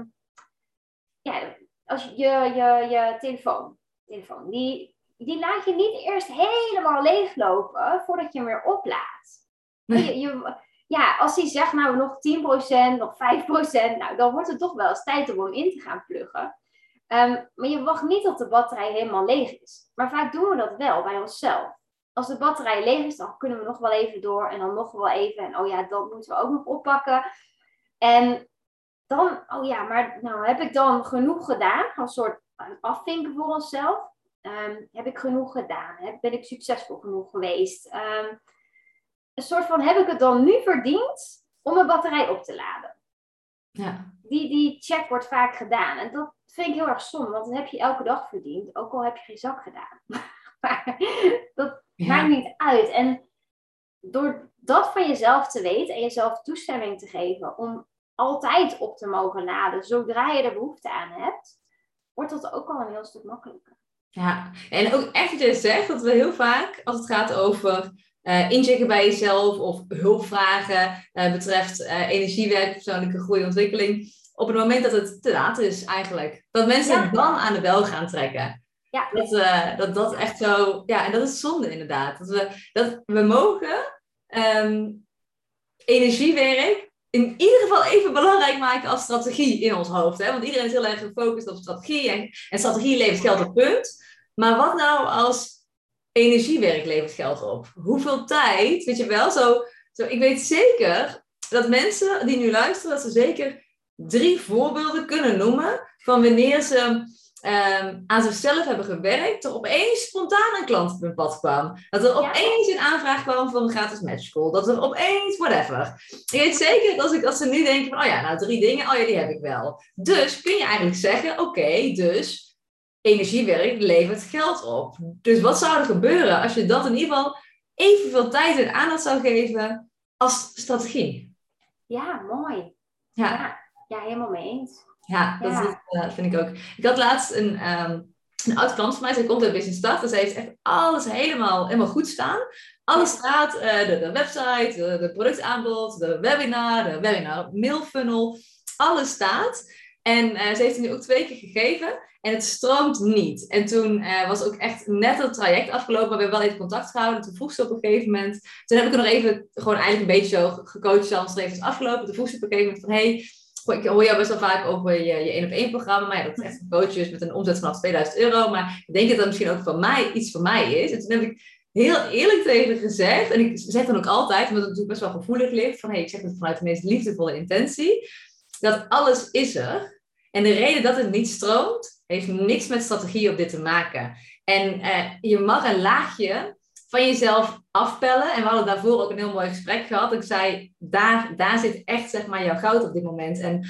als je telefoon. Die laat je niet eerst helemaal leeglopen voordat je hem weer oplaadt. Als hij zegt, nog 10%, nog 5%, dan wordt het toch wel eens tijd om hem in te gaan pluggen. Maar je wacht niet tot de batterij helemaal leeg is. Maar vaak doen we dat wel bij onszelf. Als de batterij leeg is, dan kunnen we nog wel even door en dan nog wel even. En dat moeten we ook nog oppakken. En dan, heb ik dan genoeg gedaan? Een soort afvinken voor onszelf. Heb ik genoeg gedaan? Ben ik succesvol genoeg geweest? Een soort van, heb ik het dan nu verdiend om mijn batterij op te laden? Ja. Die check wordt vaak gedaan. En dat vind ik heel erg zonde, want dat heb je elke dag verdiend. Ook al heb je geen zak gedaan. Maar dat maakt niet uit. En door dat van jezelf te weten en jezelf toestemming te geven om altijd op te mogen laden, zodra je er behoefte aan hebt, wordt dat ook al een heel stuk makkelijker. Ja, en ook echt wat je zegt, dat we heel vaak, als het gaat over inchecken bij jezelf of hulpvragen betreft energiewerk, persoonlijke groei en ontwikkeling, op het moment dat het te laat is eigenlijk. Dat mensen dan aan de bel gaan trekken. Ja. Dat echt zo, en dat is zonde inderdaad. Dat we mogen energiewerk in ieder geval even belangrijk maken als strategie in ons hoofd. Hè? Want iedereen is heel erg gefocust op strategie en strategie levert geld op, punt. Maar wat nou als energiewerk levert geld op? Hoeveel tijd, weet je wel, zo ik weet zeker dat mensen die nu luisteren, dat ze zeker 3 voorbeelden kunnen noemen van wanneer ze aan zichzelf hebben gewerkt, er opeens spontaan een klant op hun pad kwam. Dat er opeens een aanvraag kwam voor een gratis matchcall. Dat er opeens, whatever. Ik weet zeker dat als ze nu denken van, 3 dingen, die heb ik wel. Dus kun je eigenlijk zeggen, dus energiewerk levert geld op. Dus wat zou er gebeuren als je dat in ieder geval evenveel tijd en aandacht zou geven als strategie? Ja, mooi. Ja, helemaal mee eens. Ja, dat vind ik ook. Ik had laatst een oud klant van mij, zij komt uit Business Start. En zij heeft echt alles helemaal goed staan. Alles staat, de website, de productaanbod, de webinar mailfunnel. Alles staat. En ze heeft het nu ook 2 keer gegeven. En het stroomt niet. En toen was ook echt net het traject afgelopen. Maar we hebben wel even contact gehouden. Toen vroeg ze op een gegeven moment. Toen heb ik er nog even gewoon eigenlijk een beetje zo gecoacht. Als het even is afgelopen. Toen vroeg ze op een gegeven moment van... Hey, ik hoor jou best wel vaak over je 1-op-1 programma. Maar ja, dat is echt een coach is met een omzet vanaf €2000. Maar ik denk dat dat misschien ook iets voor mij is. En toen heb ik heel eerlijk tegen haar gezegd. En ik zeg dan ook altijd, omdat het natuurlijk best wel gevoelig ligt. Van ik zeg het vanuit de meest liefdevolle intentie. Dat alles is er. En de reden dat het niet stroomt, heeft niks met strategie op dit te maken. En je mag een laagje van jezelf afpellen. En we hadden daarvoor ook een heel mooi gesprek gehad. Ik zei, daar zit echt zeg maar jouw goud op dit moment. En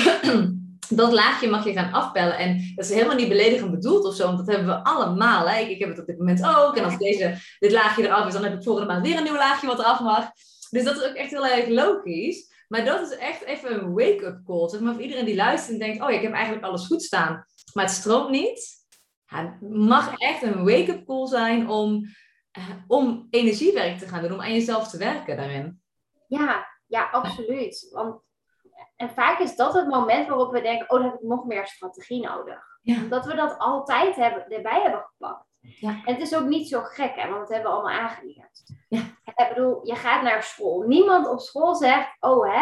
dat laagje mag je gaan afpellen. En dat is helemaal niet beledigend bedoeld of zo. Want dat hebben we allemaal. Hè? Ik heb het op dit moment ook. En als dit laagje eraf is, dan heb ik volgende maand weer een nieuw laagje wat eraf mag. Dus dat is ook echt heel erg logisch. Maar dat is echt even een wake-up call. Zeg maar voor iedereen die luistert en denkt... ik heb eigenlijk alles goed staan. Maar het stroomt niet. Ja, het mag echt een wake-up call zijn om energiewerk te gaan doen. Om aan jezelf te werken daarin. Ja, absoluut. En vaak is dat het moment waarop we denken... dan heb ik nog meer strategie nodig. Ja. Omdat we dat altijd erbij hebben gepakt. Ja. En het is ook niet zo gek, hè, want dat hebben we allemaal aangeleerd. Ja. Ik bedoel, je gaat naar school. Niemand op school zegt...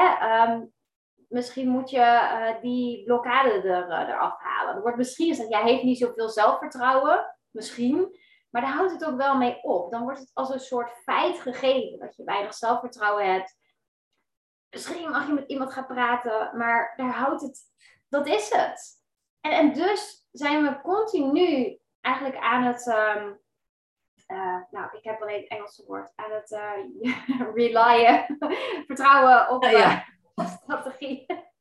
misschien moet je die blokkade eraf halen. Er wordt misschien gezegd... jij heeft niet zoveel zelfvertrouwen. Misschien. Maar daar houdt het ook wel mee op. Dan wordt het als een soort feit gegeven... dat je weinig zelfvertrouwen hebt. Misschien mag je met iemand gaan praten, maar daar houdt het... Dat is het. En dus zijn we continu eigenlijk aan het... ik heb alleen het Engelse woord. Aan het relyen. Vertrouwen op strategie.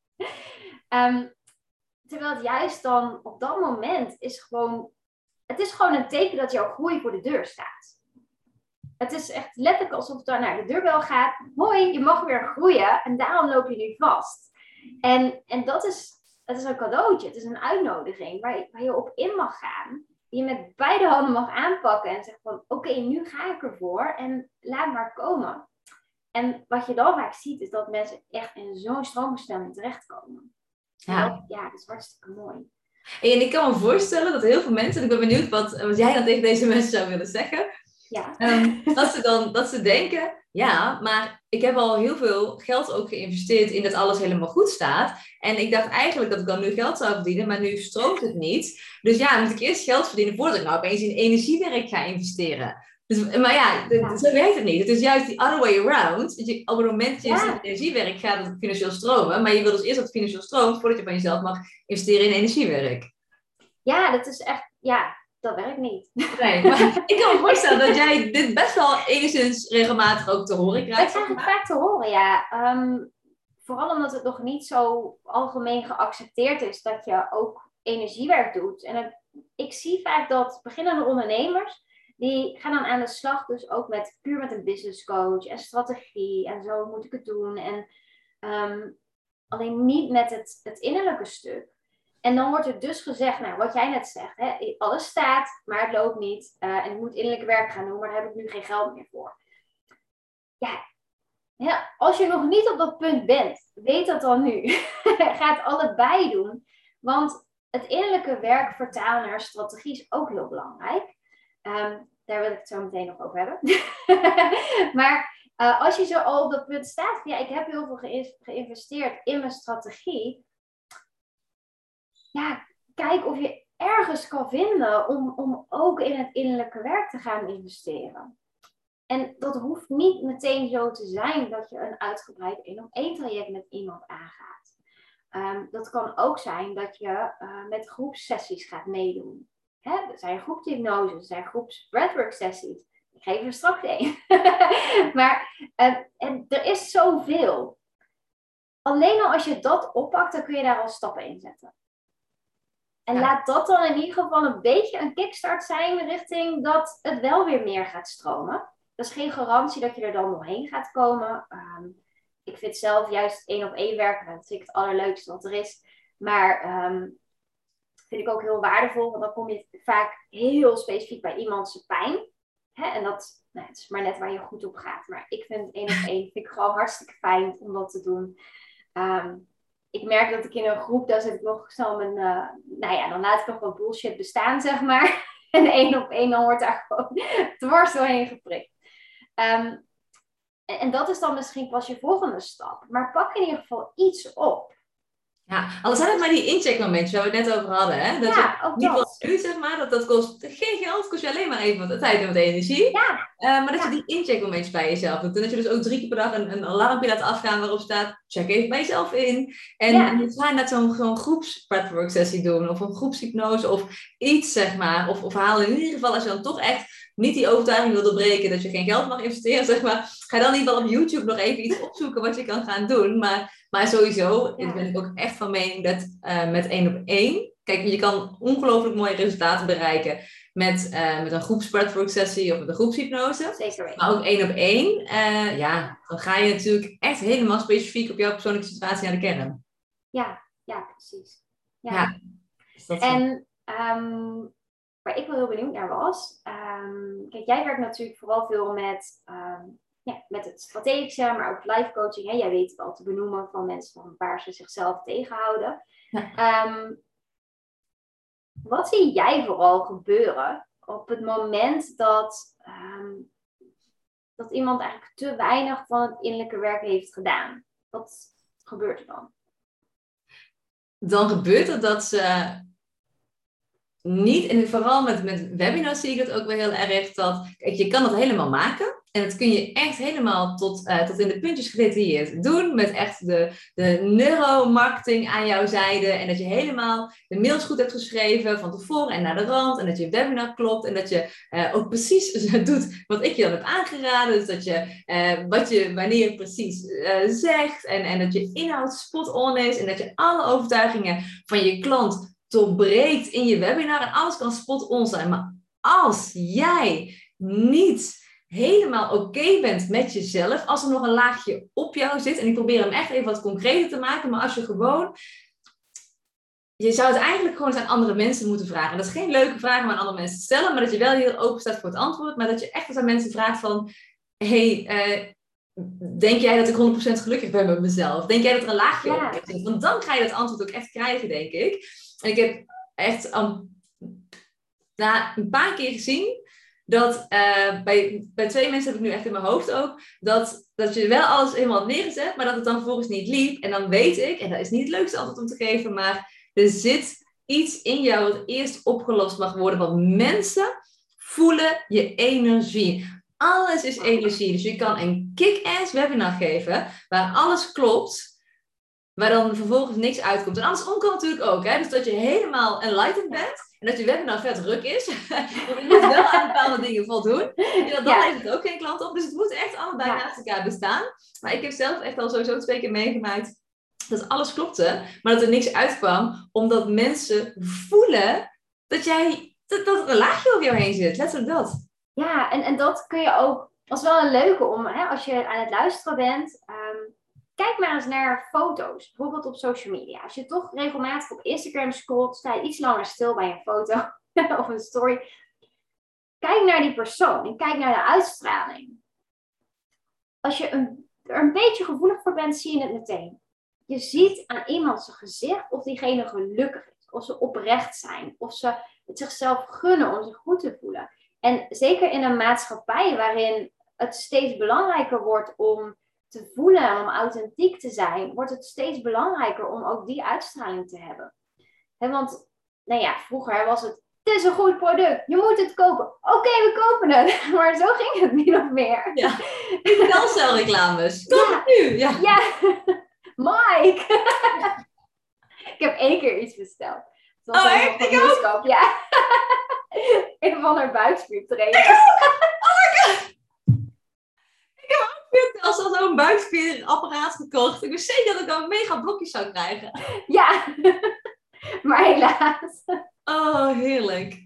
Terwijl het juist dan op dat moment is gewoon... Het is gewoon een teken dat jouw groei voor de deur staat. Het is echt letterlijk alsof het dan naar de deurbel gaat. Hoi, je mag weer groeien en daarom loop je nu vast. En dat is een cadeautje. Het is een uitnodiging waar je op in mag gaan. Die je met beide handen mag aanpakken en zeggen van... Oké, nu ga ik ervoor en laat maar komen. En wat je dan vaak ziet is dat mensen echt in zo'n stroomversnelling terechtkomen. Ja. Dat is hartstikke mooi. En ik kan me voorstellen dat heel veel mensen... En ik ben benieuwd wat jij dan tegen deze mensen zou willen zeggen... Ja. Dat ze denken, ja, maar ik heb al heel veel geld ook geïnvesteerd in dat alles helemaal goed staat. En ik dacht eigenlijk dat ik dan nu geld zou verdienen, maar nu stroomt het niet. Dus ja, moet ik eerst geld verdienen voordat ik nou opeens in energiewerk ga investeren. Dus, maar ja, zo werkt het niet. Het is juist die other way around. Op het moment dat je in energiewerk gaat, dat het financieel stromen. Maar je wil dus eerst dat het financieel stroomt voordat je van jezelf mag investeren in energiewerk. Ja, dat is echt, dat werkt niet. Nee, maar ik kan me voorstellen dat jij dit best wel enigszins regelmatig ook te horen krijgt. Dat krijg ik vaak te horen, ja. Vooral omdat het nog niet zo algemeen geaccepteerd is dat je ook energiewerk doet. En ik zie vaak dat beginnende ondernemers, die gaan dan aan de slag dus ook puur met een business coach en strategie. En zo moet ik het doen. En alleen niet met het innerlijke stuk. En dan wordt er dus gezegd, nou, wat jij net zegt, hè, alles staat, maar het loopt niet. En ik moet innerlijk werk gaan doen, maar daar heb ik nu geen geld meer voor. Ja, als je nog niet op dat punt bent, weet dat dan nu. Ga het allebei doen. Want het innerlijke werk vertalen naar strategie is ook heel belangrijk. Daar wil ik het zo meteen nog over hebben. Maar als je zo al op dat punt staat, ik heb heel veel geïnvesteerd in mijn strategie. Ja, kijk of je ergens kan vinden om ook in het innerlijke werk te gaan investeren. En dat hoeft niet meteen zo te zijn dat je een uitgebreid 1-op-1 traject met iemand aangaat. Dat kan ook zijn dat je met groepssessies gaat meedoen. Er zijn groepshypnoses, er zijn groeps-breathwork sessies. Ik geef er straks één. Maar en er is zoveel. Alleen al als je dat oppakt, dan kun je daar al stappen in zetten. En laat dat dan in ieder geval een beetje een kickstart zijn richting dat het wel weer meer gaat stromen. Dat is geen garantie dat je er dan doorheen gaat komen. ik vind zelf juist 1-op-1 werken, dat vind ik het allerleukste wat er is. Maar vind ik ook heel waardevol, want dan kom je vaak heel specifiek bij iemand zijn pijn. Hè? En dat het is maar net waar je goed op gaat. Maar ik vind 1-op-1 vind ik gewoon hartstikke fijn om dat te doen. Ik merk dat ik in een groep, daar zit ik nog snel mijn, dan laat ik nog wat bullshit bestaan, zeg maar. En 1-op-1, dan wordt daar gewoon dwars doorheen geprikt. En dat is dan misschien pas je volgende stap. Maar pak in ieder geval iets op. Ja, al zijn het maar die incheckmomentjes waar we het net over hadden. Hè? Dat Ja, je ook niet dat. wat nu zeg maar, dat kost geen geld, kost je alleen maar even wat tijd en wat energie. Ja. Maar dat je die incheckmomentjes bij jezelf doet. En dat je dus ook 3 keer per dag een alarmpje laat afgaan waarop staat, check even bij jezelf in. En ga net zo'n groeps-breathwork sessie doen. Of een groepshypnose of iets zeg maar. Of haal in ieder geval als je dan toch echt niet die overtuiging wil doorbreken dat je geen geld mag investeren, zeg maar. Ga dan in ieder geval op YouTube nog even iets opzoeken wat je kan gaan doen. Maar sowieso, ben ik ook echt van mening dat met 1-op-1... Kijk, je kan ongelooflijk mooie resultaten bereiken met een groepsbreathwork sessie of met een groepshypnose. Zeker weten. Maar ook 1-op-1, dan ga je natuurlijk echt helemaal specifiek op jouw persoonlijke situatie naar de kern. Ja, precies. Ja. En waar ik wel heel benieuwd naar was, kijk, jij werkt natuurlijk vooral veel met het strategische, maar ook life coaching. Hè? Jij weet wel te benoemen van mensen van waar ze zichzelf tegenhouden. Ja. Wat zie jij vooral gebeuren op het moment dat iemand eigenlijk te weinig van het innerlijke werk heeft gedaan? Wat gebeurt er dan? Dan gebeurt er dat ze niet, en vooral met webinars zie ik het ook wel heel erg, dat kijk, je kan het helemaal maken. En dat kun je echt helemaal tot in de puntjes gedetailleerd doen. Met echt de neuromarketing aan jouw zijde. En dat je helemaal de mails goed hebt geschreven van tevoren en naar de rand. En dat je webinar klopt. En dat je ook precies doet wat ik je dan heb aangeraden. Dus dat je wanneer precies zegt. En dat je inhoud spot on is. En dat je alle overtuigingen van je klant doorbreekt in je webinar. En alles kan spot on zijn. Maar als jij niet helemaal oké bent met jezelf, als er nog een laagje op jou zit, en ik probeer hem echt even wat concreter te maken, maar als je gewoon, je zou het eigenlijk gewoon eens aan andere mensen moeten vragen. En dat is geen leuke vraag om aan andere mensen te stellen, maar dat je wel heel open staat voor het antwoord, maar dat je echt eens aan mensen vraagt van, denk jij dat ik 100% gelukkig ben met mezelf? Denk jij dat er een laagje op zit? Want dan ga je dat antwoord ook echt krijgen, denk ik. En ik heb echt een paar keer gezien dat bij 2 mensen heb ik nu echt in mijn hoofd ook, dat je wel alles helemaal had neergezet, maar dat het dan vervolgens niet liep. En dan weet ik, en dat is niet het leukste antwoord om te geven, maar er zit iets in jou wat eerst opgelost mag worden. Want mensen voelen je energie. Alles is energie. Dus je kan een kick-ass webinar geven waar alles klopt, waar dan vervolgens niks uitkomt. En andersom kan natuurlijk ook. Hè? Dus dat je helemaal enlightened bent. En dat je webinar vet druk is. Want je moet wel aan bepaalde dingen voldoen. Ja, dan heeft het ook geen klant op. Dus het moet echt allebei naast elkaar bestaan. Maar ik heb zelf echt al sowieso 2 keer meegemaakt dat alles klopte. Maar dat er niks uitkwam. Omdat mensen voelen dat er een laagje over jou heen zit. Letterlijk dat. Ja, en dat kun je ook... Dat is wel een leuke om, hè, als je aan het luisteren bent... Kijk maar eens naar foto's, bijvoorbeeld op social media. Als je toch regelmatig op Instagram scrolt, sta je iets langer stil bij een foto of een story. Kijk naar die persoon en kijk naar de uitstraling. Als je er een beetje gevoelig voor bent, zie je het meteen. Je ziet aan iemand zijn gezicht of diegene gelukkig is, of ze oprecht zijn, of ze het zichzelf gunnen om zich goed te voelen. En zeker in een maatschappij waarin het steeds belangrijker wordt om te voelen en om authentiek te zijn, wordt het steeds belangrijker om ook die uitstraling te hebben. Want, vroeger was het is een goed product, je moet het kopen. Oké, we kopen het. Maar zo ging het niet nog meer. Ja, telcelreclames. Kom nu! Ja. Mike! Ik heb 1 keer iets besteld. Dat was ik ook! Ja. Een van haar buikspiertrainers. Oh my god! Ik heb ook als zo'n buikspierapparaat gekocht. Ik wist zeker dat ik dan mega blokjes zou krijgen. Ja, maar helaas. Oh, heerlijk.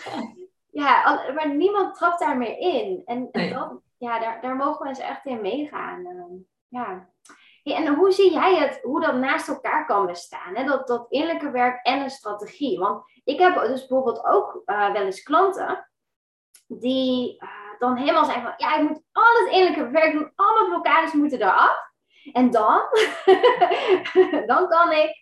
Ja, maar niemand trapt daar meer in. En dat, daar mogen mensen echt in meegaan. Ja. Hey, en hoe zie jij het, hoe dat naast elkaar kan bestaan? Hè? Dat innerlijke werk en een strategie. Want ik heb dus bijvoorbeeld ook wel eens klanten die dan helemaal zeggen van, ja, ik moet al het innerlijke werk doen, al mijn blokkades moeten eraf. En dan, dan kan ik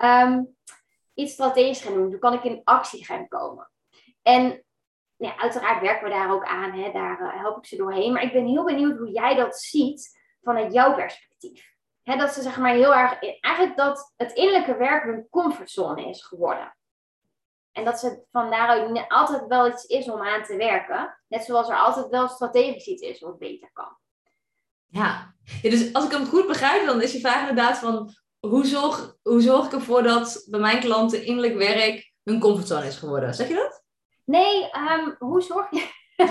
iets strategisch gaan doen. Dan kan ik in actie gaan komen. En ja, uiteraard werken we daar ook aan. Hè? Daar help ik ze doorheen. Maar ik ben heel benieuwd hoe jij dat ziet vanuit jouw perspectief. Hè, dat ze zeg maar heel erg... Eigenlijk dat het innerlijke werk hun comfortzone is geworden. En dat ze van daaruit altijd wel iets is om aan te werken. Net zoals er altijd wel strategisch iets is wat beter kan. Ja, dus als ik hem goed begrijp, dan is je vraag inderdaad van... Hoe zorg ik ervoor dat bij mijn klanten innerlijk werk hun comfortzone is geworden? Zeg je dat? Nee, hoe zorg je...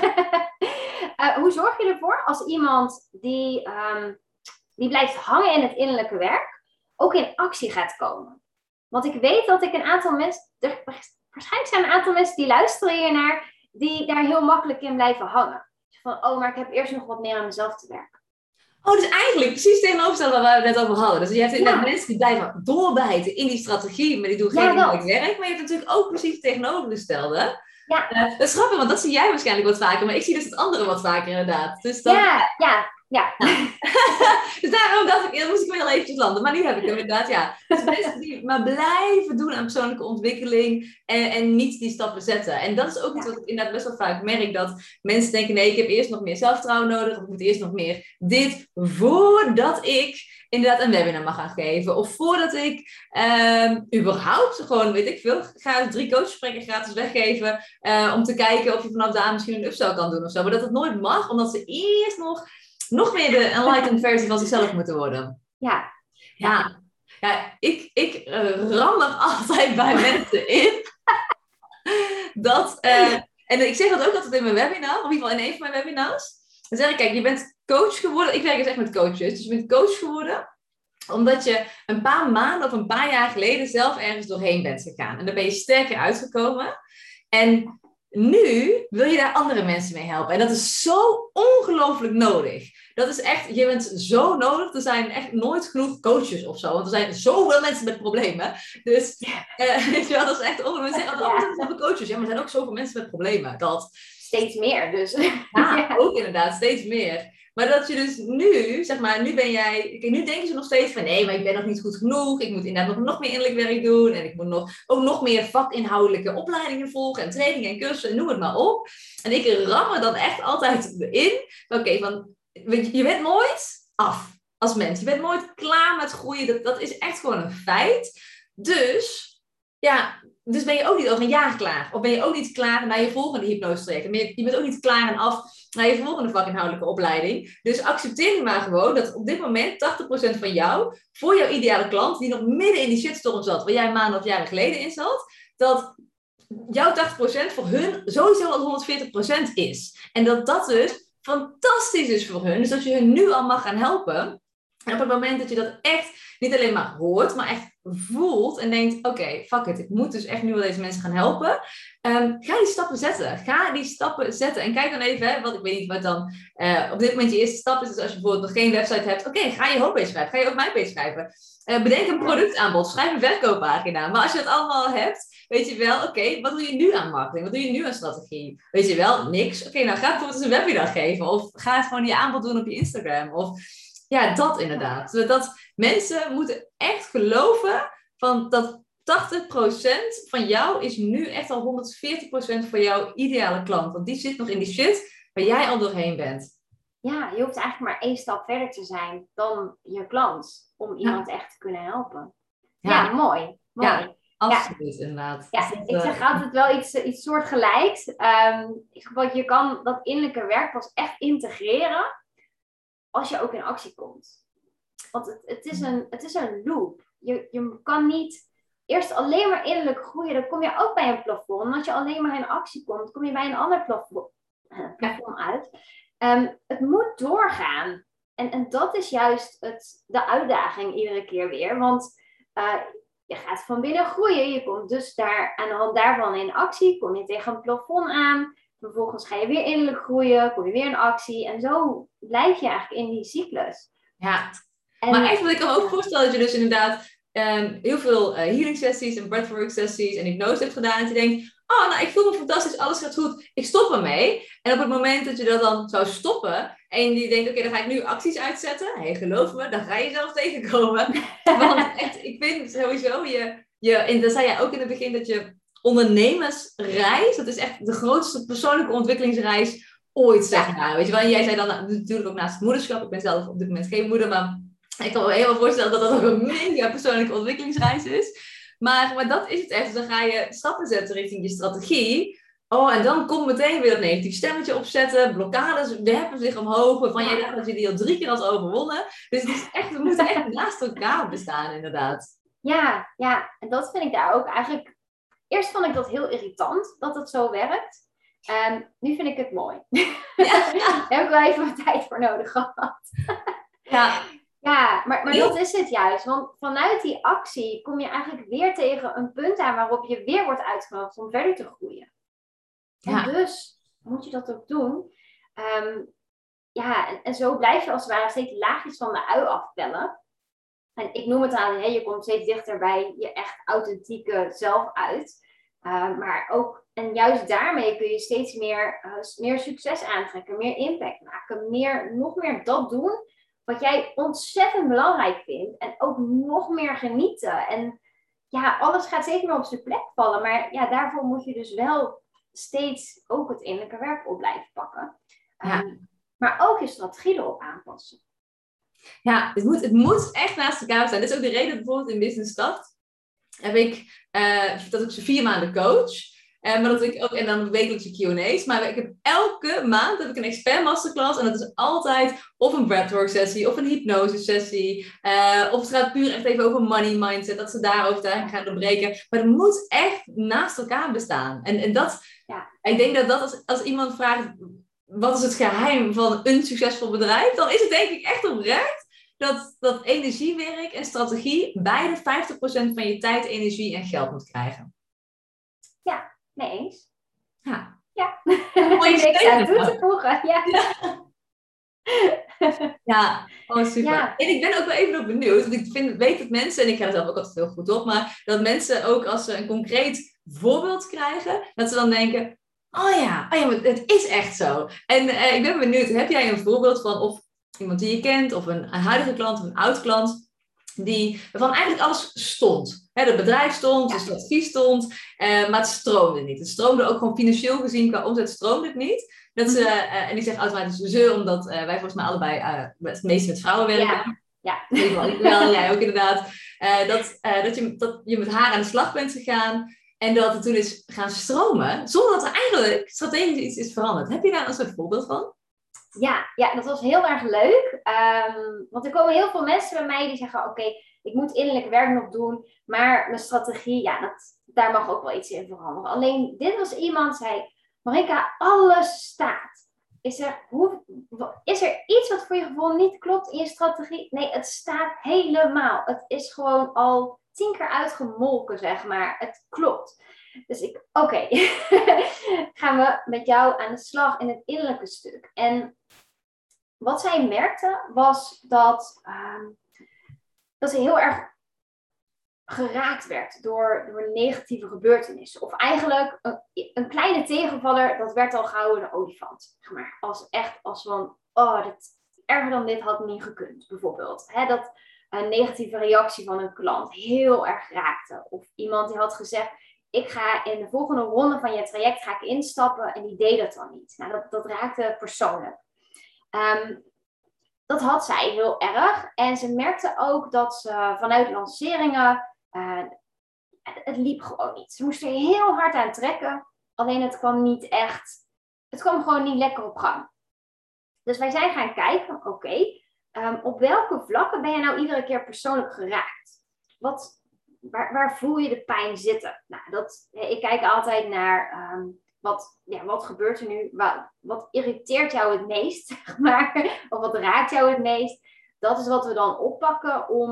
hoe zorg je ervoor als iemand die blijft hangen in het innerlijke werk, ook in actie gaat komen? Want ik weet dat ik een aantal mensen... Waarschijnlijk zijn een aantal mensen die luisteren hiernaar, die daar heel makkelijk in blijven hangen. Van, oh, maar ik heb eerst nog wat meer aan mezelf te werken. Oh, dus eigenlijk precies tegenovergestelde waar we het net over hadden. Dus je hebt inderdaad mensen die blijven doorbijten in die strategie, maar die doen geen innerlijk werk. Maar je hebt natuurlijk ook precies het tegenovergestelde. Ja. Dat is grappig, want dat zie jij waarschijnlijk wat vaker, maar ik zie dus het andere wat vaker inderdaad. Dus dat... Ja. Dus daarom dacht ik, moest ik wel eventjes landen. Maar nu heb ik hem inderdaad, ja. Dus mensen die maar blijven doen aan persoonlijke ontwikkeling en niet die stappen zetten. En dat is ook iets wat ik inderdaad best wel vaak merk. Dat mensen denken, nee, ik heb eerst nog meer zelfvertrouwen nodig. Of ik moet eerst nog meer dit voordat ik inderdaad een webinar mag gaan geven. Of voordat ik überhaupt gewoon, weet ik veel, ga 3 coachgesprekken gratis weggeven. Om te kijken of je vanaf daar misschien een upsell kan doen of zo. Maar dat het nooit mag, omdat ze eerst nog meer de enlightened versie van zichzelf moeten worden. Ja, ik ram er altijd bij mensen in. En ik zeg dat ook altijd in mijn webinar, of in ieder geval in een van mijn webinars. Dan zeg ik, kijk, je bent coach geworden. Ik werk dus echt met coaches. Dus je bent coach geworden omdat je een paar maanden of een paar jaar geleden zelf ergens doorheen bent gegaan. En daar ben je sterker uitgekomen. En nu wil je daar andere mensen mee helpen. En dat is zo ongelooflijk nodig. Dat is echt, je bent zo nodig. Er zijn echt nooit genoeg coaches of zo. Want er zijn zoveel mensen met problemen. Dus, weet je wel, dat is echt ongelooflijk. Mensen zeggen altijd, zoveel coaches. Ja, maar er zijn ook zoveel mensen met problemen. Steeds meer, dus. Ja, ook inderdaad, steeds meer. Maar dat je dus nu, zeg maar, nu denken ze nog steeds van nee, maar ik ben nog niet goed genoeg. Ik moet inderdaad nog meer innerlijk werk doen. En ik moet ook nog meer vakinhoudelijke opleidingen volgen en trainingen en cursussen en noem het maar op. En ik ram er dan echt altijd in. Oké, je bent nooit af als mens. Je bent nooit klaar met groeien. Dat is echt gewoon een feit. Dus ben je ook niet over een jaar klaar. Of ben je ook niet klaar naar je volgende hypnose-traject. Je bent ook niet klaar en af naar je volgende vakinhoudelijke opleiding. Dus accepteer nu maar gewoon dat op dit moment 80% van jou, voor jouw ideale klant, die nog midden in die shitstorm zat, waar jij maanden of jaren geleden in zat, dat jouw 80% voor hun sowieso al 140% is. En dat dus fantastisch is voor hun. Dus dat je hun nu al mag gaan helpen. En op het moment dat je dat echt niet alleen maar hoort, maar echt voelt en denkt, oké, fuck it, ik moet dus echt nu wel deze mensen gaan helpen. Ga die stappen zetten. En kijk dan even, want ik weet niet wat dan op dit moment je eerste stap is. Dus als je bijvoorbeeld nog geen website hebt, oké, ga je homepage schrijven, ga je ook mijn page schrijven. Bedenk een productaanbod, schrijf een verkooppagina. Maar als je het allemaal hebt, weet je wel, oké, wat doe je nu aan marketing? Wat doe je nu aan strategie? Weet je wel, niks. Oké, nou ga bijvoorbeeld eens een webinar geven. Of ga het gewoon je aanbod doen op je Instagram. Of ja, dat inderdaad. Dat mensen moeten echt geloven van dat 80% van jou is nu echt al 140% voor jouw ideale klant. Want die zit nog in die shit waar jij al doorheen bent. Ja, je hoeft eigenlijk maar 1 stap verder te zijn dan je klant om iemand echt te kunnen helpen. Ja, mooi. Ja, absoluut inderdaad. Ja, ik zeg altijd wel iets soortgelijks. Je kan dat innerlijke werk pas echt integreren als je ook in actie komt. Want het is een loop. Je kan niet eerst alleen maar innerlijk groeien. Dan kom je ook bij een plafond. En als je alleen maar in actie komt, kom je bij een ander plafond uit. Het moet doorgaan. En dat is juist de uitdaging iedere keer weer. Want je gaat van binnen groeien. Je komt dus daar aan de hand daarvan in actie. Kom je tegen een plafond aan. Vervolgens ga je weer innerlijk groeien. Kom je weer in actie. En zo blijf je eigenlijk in die cyclus. Ja. Maar eigenlijk, ik kan me ook voorstellen dat je dus inderdaad heel veel healing sessies en breathwork sessies en hypnose hebt gedaan. En dat je denkt, oh, nou, ik voel me fantastisch, alles gaat goed, ik stop ermee. En op het moment dat je dat dan zou stoppen en je denkt, oké, dan ga ik nu acties uitzetten. Hé, geloof me, dan ga je zelf tegenkomen. Want echt, ik vind sowieso, en dat zei jij ook in het begin, dat je ondernemersreis, dat is echt de grootste persoonlijke ontwikkelingsreis ooit, zeg maar. Weet je wel, en jij zei dan natuurlijk ook naast het moederschap, ik ben zelf op dit moment geen moeder, maar ik kan me heel voorstellen dat dat ook een mega persoonlijke ontwikkelingsreis is. Maar dat is het echt. Dus dan ga je stappen zetten richting je strategie. Oh, en dan komt meteen weer dat negatief stemmetje opzetten. Blokkades werpen zich omhoog. Waarvan jij dacht dat je die al 3 keer had overwonnen. Dus het is echt, we moeten echt naast elkaar bestaan, inderdaad. Ja, en dat vind ik daar ook eigenlijk... Eerst vond ik dat heel irritant, dat het zo werkt. Nu vind ik het mooi. Daar heb ik wel even wat tijd voor nodig gehad. Ja, maar dat is het juist. Want vanuit die actie kom je eigenlijk weer tegen een punt aan waarop je weer wordt uitgenodigd om verder te groeien. En dus moet je dat ook doen. En zo blijf je als het ware steeds laagjes van de ui afpellen. En ik noem het aan, je komt steeds dichter bij je echt authentieke zelf uit. En juist daarmee kun je steeds meer succes aantrekken, meer impact maken, nog meer dat doen wat jij ontzettend belangrijk vindt. En ook nog meer genieten. En alles gaat steeds meer op zijn plek vallen. Maar daarvoor moet je dus wel steeds ook het innerlijke werk op blijven pakken. Maar ook je strategie erop aanpassen. Ja, het moet echt naast elkaar staan. Dat is ook de reden dat bijvoorbeeld in Business Start heb ik dat ik ze 4 maanden coach. Maar dat ik ook, en dan wekelijkse Q&A's. Maar ik heb elke maand heb ik een expert masterclass. En dat is altijd of een breathwork sessie of een hypnose sessie. Of het gaat puur echt even over money mindset. Dat ze daarover gaan doorbreken. Maar het moet echt naast elkaar bestaan. En dat, ik denk dat als iemand vraagt, wat is het geheim van een succesvol bedrijf? Dan is het denk ik echt oprecht dat energiewerk en strategie beide 50% van je tijd, energie en geld moet krijgen. Ja, mee eens. Ja. Mooi niks aan toe te voegen. Super. Ja. En ik ben ook wel even nog benieuwd, want ik weet dat mensen, en ik ga er zelf ook altijd veel goed op, maar dat mensen ook als ze een concreet voorbeeld krijgen, dat ze dan denken, oh ja, maar het is echt zo. En ik ben benieuwd, heb jij een voorbeeld van of iemand die je kent, of een huidige klant, of een oud klant, waarvan eigenlijk alles stond. Het bedrijf stond, de strategie stond, maar het stroomde niet. Het stroomde ook gewoon financieel gezien, qua omzet stroomde het niet. En ik zeg automatisch ze, omdat wij volgens mij allebei het meeste met vrouwen werken. Ik wel, jij ook inderdaad. Dat je met haar aan de slag bent gegaan en dat het toen is gaan stromen, zonder dat er eigenlijk strategisch iets is veranderd. Heb je daar een soort voorbeeld van? Ja, dat was heel erg leuk. Want er komen heel veel mensen bij mij die zeggen, oké, ik moet innerlijk werk nog doen, maar mijn strategie, daar mag ook wel iets in veranderen. Alleen dit was iemand die zei, Marijnka, alles staat. Is er iets wat voor je gevoel niet klopt in je strategie? Nee, het staat helemaal. Het is gewoon al 10 keer uitgemolken, zeg maar. Het klopt. Dus oké, gaan we met jou aan de slag in het innerlijke stuk. En wat zij merkte was dat ze heel erg geraakt werd door negatieve gebeurtenissen. Of eigenlijk een kleine tegenvaller, dat werd al gauw een olifant. Zeg maar. Als van, erger dan dit had niet gekund, bijvoorbeeld. Dat een negatieve reactie van een klant heel erg raakte. Of iemand die had gezegd, ik ga in de volgende ronde van je traject ga ik instappen en die deed dat dan niet. Nou, dat raakte persoonlijk. Dat had zij heel erg. En ze merkte ook dat ze vanuit lanceringen, het liep gewoon niet. Ze moest er heel hard aan trekken. Alleen het kwam gewoon niet lekker op gang. Dus wij zijn gaan kijken, op welke vlakken ben je nou iedere keer persoonlijk geraakt? Waar voel je de pijn zitten? Nou, ik kijk altijd naar wat gebeurt er nu? Wat irriteert jou het meest? Zeg maar? Of wat raakt jou het meest? Dat is wat we dan oppakken om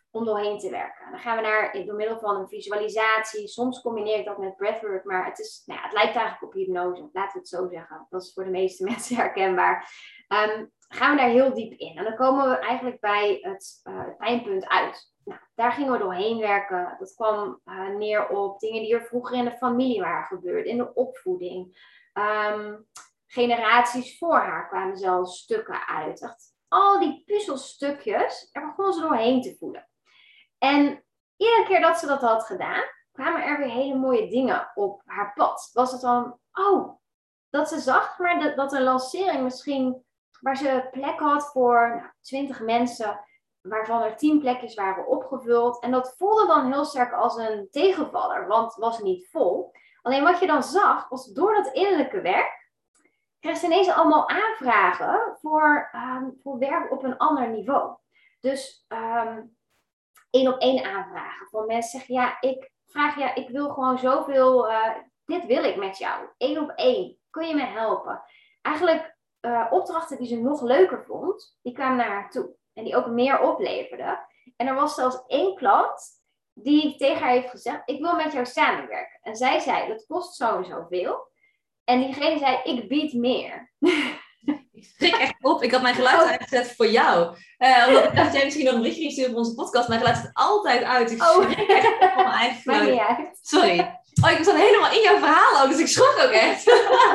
om doorheen te werken. Dan gaan we door middel van een visualisatie. Soms combineer ik dat met breathwork, maar het lijkt eigenlijk op hypnose. Laten we het zo zeggen. Dat is voor de meeste mensen herkenbaar. Gaan we daar heel diep in. En dan komen we eigenlijk bij het pijnpunt uit. Nou, daar gingen we doorheen werken. Dat kwam neer op dingen die er vroeger in de familie waren gebeurd. In de opvoeding. Generaties voor haar kwamen zelfs stukken uit. Echt, al die puzzelstukjes, daar begon ze doorheen te voelen. En iedere keer dat ze dat had gedaan, kwamen er weer hele mooie dingen op haar pad. Was het dan, dat ze zag, maar dat een lancering misschien, waar ze plek had voor 20 mensen, waarvan er 10 plekjes waren opgevuld. En dat voelde dan heel sterk als een tegenvaller, want het was niet vol. Alleen wat je dan zag, was door dat innerlijke werk, kreeg ze ineens allemaal aanvragen voor werk op een ander niveau. Dus 1-op-1 aanvragen. Van mensen zeggen, ik wil gewoon zoveel, dit wil ik met jou. 1-op-1, kun je me helpen? Eigenlijk opdrachten die ze nog leuker vond, die kwamen naar haar toe. En die ook meer opleverden. En er was zelfs 1 klant die tegen haar heeft gezegd, ik wil met jou samenwerken. En zij zei, dat kost zo en zoveel. En diegene zei, ik bied meer. Ik schrik echt op. Ik had mijn geluid uitgezet voor jou. Omdat ik dacht dat jij misschien nog een berichtje ging sturen voor onze podcast. Mijn geluid zit altijd uit. Ik schrik echt op van mijn eigen geluid. Maakt niet uit. Sorry. Ik zat helemaal in jouw verhaal ook. Dus ik schrok ook echt.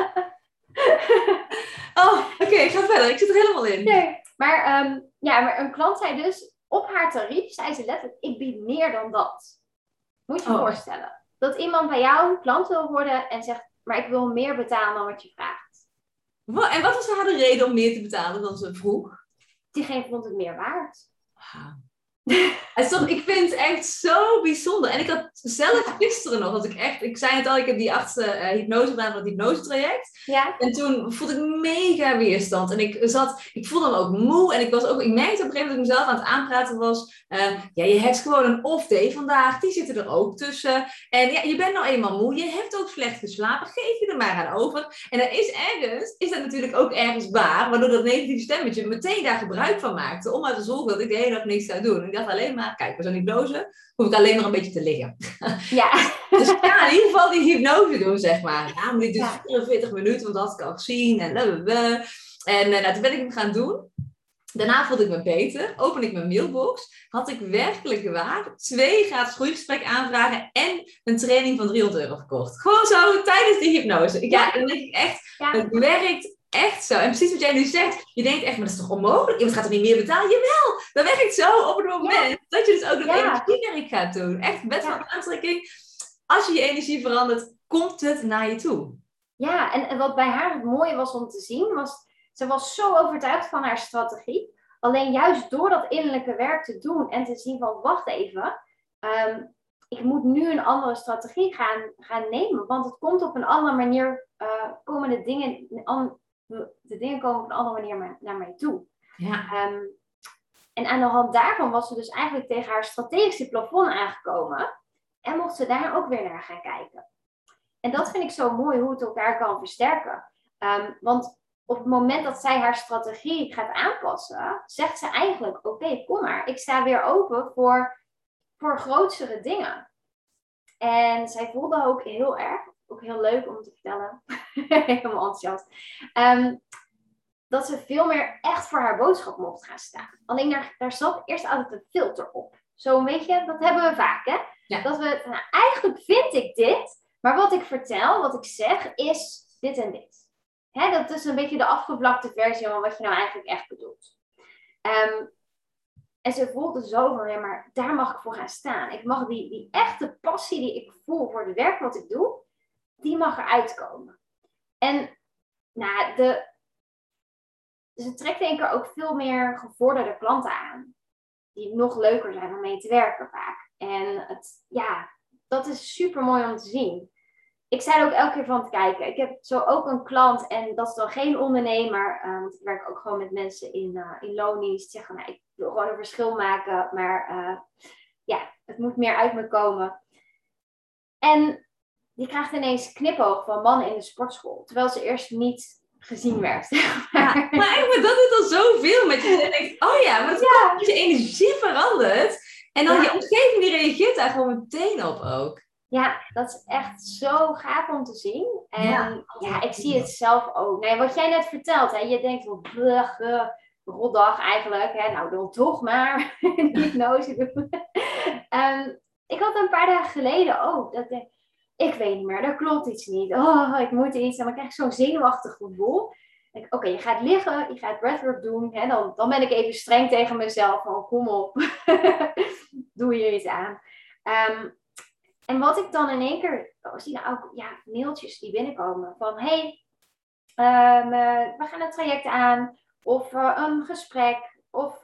Oké, ga verder. Ik zit er helemaal in. Nee, maar een klant zei dus, op haar tarief, zei ze letterlijk, ik bied meer dan dat. Moet je je voorstellen. Dat iemand bij jou klant wil worden en zegt, maar ik wil meer betalen dan wat je vraagt. En wat was voor haar de reden om meer te betalen dan ze vroeg? Diegene vond het meer waard. Wow. Ik vind het echt zo bijzonder. En ik had zelf gisteren nog, ik zei het al, ik heb die 8e hypnose gedaan van het hypnosetraject. Ja. En toen voelde ik mega weerstand. En ik voelde me ook moe. En ik merkte op een gegeven moment dat ik mezelf aan het aanpraten was. Je hebt gewoon een off day vandaag. Die zitten er ook tussen. En ja, je bent nou eenmaal moe. Je hebt ook slecht geslapen. Geef je er maar aan over. En is dat natuurlijk ook ergens waar. Waardoor dat negatieve stemmetje meteen daar gebruik van maakte. Om uit te zorgen dat ik de hele dag niks zou doen. En ik dacht alleen maar, kijk, we zijn hypnose. Hoef ik alleen maar een beetje te liggen. Ja. Dus ik ga in ieder geval die hypnose doen, zeg maar. Ja, maar die duurt 44 minuten, want dat had ik al gezien. En blablabla. En toen ben ik hem gaan doen. Daarna voelde ik me beter. Open ik mijn mailbox. Had ik werkelijk waar 2 gratis groeigesprek aanvragen en een training van €300 verkocht. Gewoon zo tijdens die hypnose. Ja, dan denk ik echt, het werkt echt zo. En precies wat jij nu zegt, je denkt echt, maar dat is toch onmogelijk? Iemand gaat er niet meer betalen? Jawel, dat werkt zo op het moment dat je dus ook dat energiewerk gaat doen. Echt, wet van aantrekking. Als je je energie verandert, komt het naar je toe. Ja, en wat bij haar het mooie was om te zien, was ze was zo overtuigd van haar strategie. Alleen juist door dat innerlijke werk te doen en te zien van, wacht even, ik moet nu een andere strategie gaan nemen. Want het komt op een andere manier, de dingen komen op een andere manier naar mij toe. Ja. En aan de hand daarvan was ze dus eigenlijk tegen haar strategische plafond aangekomen. En mocht ze daar ook weer naar gaan kijken. En dat vind ik zo mooi, hoe het elkaar kan versterken. Want op het moment dat zij haar strategie gaat aanpassen, zegt ze eigenlijk, oké, kom maar. Ik sta weer open voor grotere dingen. En zij voelde ook heel erg, ook heel leuk om te vertellen, helemaal enthousiast, dat ze veel meer echt voor haar boodschap mocht gaan staan. Alleen daar zat eerst altijd een filter op. Zo weet je, dat hebben we vaak, hè? Ja. Dat we, eigenlijk vind ik dit, maar wat ik vertel, wat ik zeg, is dit en dit. Hè, dat is een beetje de afgevlakte versie van wat je nou eigenlijk echt bedoelt. En ze voelde zo van, ja, maar daar mag ik voor gaan staan. Ik mag die echte passie die ik voel voor het werk wat ik doe, die mag eruit komen. En ze trekt denk ik ook veel meer gevorderde klanten aan. Die nog leuker zijn om mee te werken vaak. En dat is super mooi om te zien. Ik sta er ook elke keer van te kijken. Ik heb zo ook een klant en dat is dan geen ondernemer. Want ik werk ook gewoon met mensen in loondienst. Die zeggen, ik wil gewoon een verschil maken. Maar het moet meer uit me komen. En die krijgt ineens knipoog van mannen in de sportschool. Terwijl ze eerst niet gezien werd. Ja, maar eigenlijk dat doet al zoveel met je. En denkt, maar het komt als je energie verandert. En dan die omgeving die reageert daar gewoon meteen op ook. Ja, dat is echt zo gaaf om te zien. En Ja, ik zie het zelf ook. Nee, wat jij net vertelt, hè, je denkt wel, rotdag eigenlijk. Hè? Nou, dan toch maar een hypnose doen. Ik had een paar dagen geleden ook. Dat ik weet niet meer, er klopt iets niet. Oh, ik moet iets. En dan krijg ik zo'n zenuwachtig gevoel. Oké, je gaat liggen, je gaat breathwork doen. Hè? Dan ben ik even streng tegen mezelf. Van, kom op, doe je iets aan. En wat ik dan in één keer, zie nou ook mailtjes die binnenkomen van hey, we gaan een traject aan of een gesprek of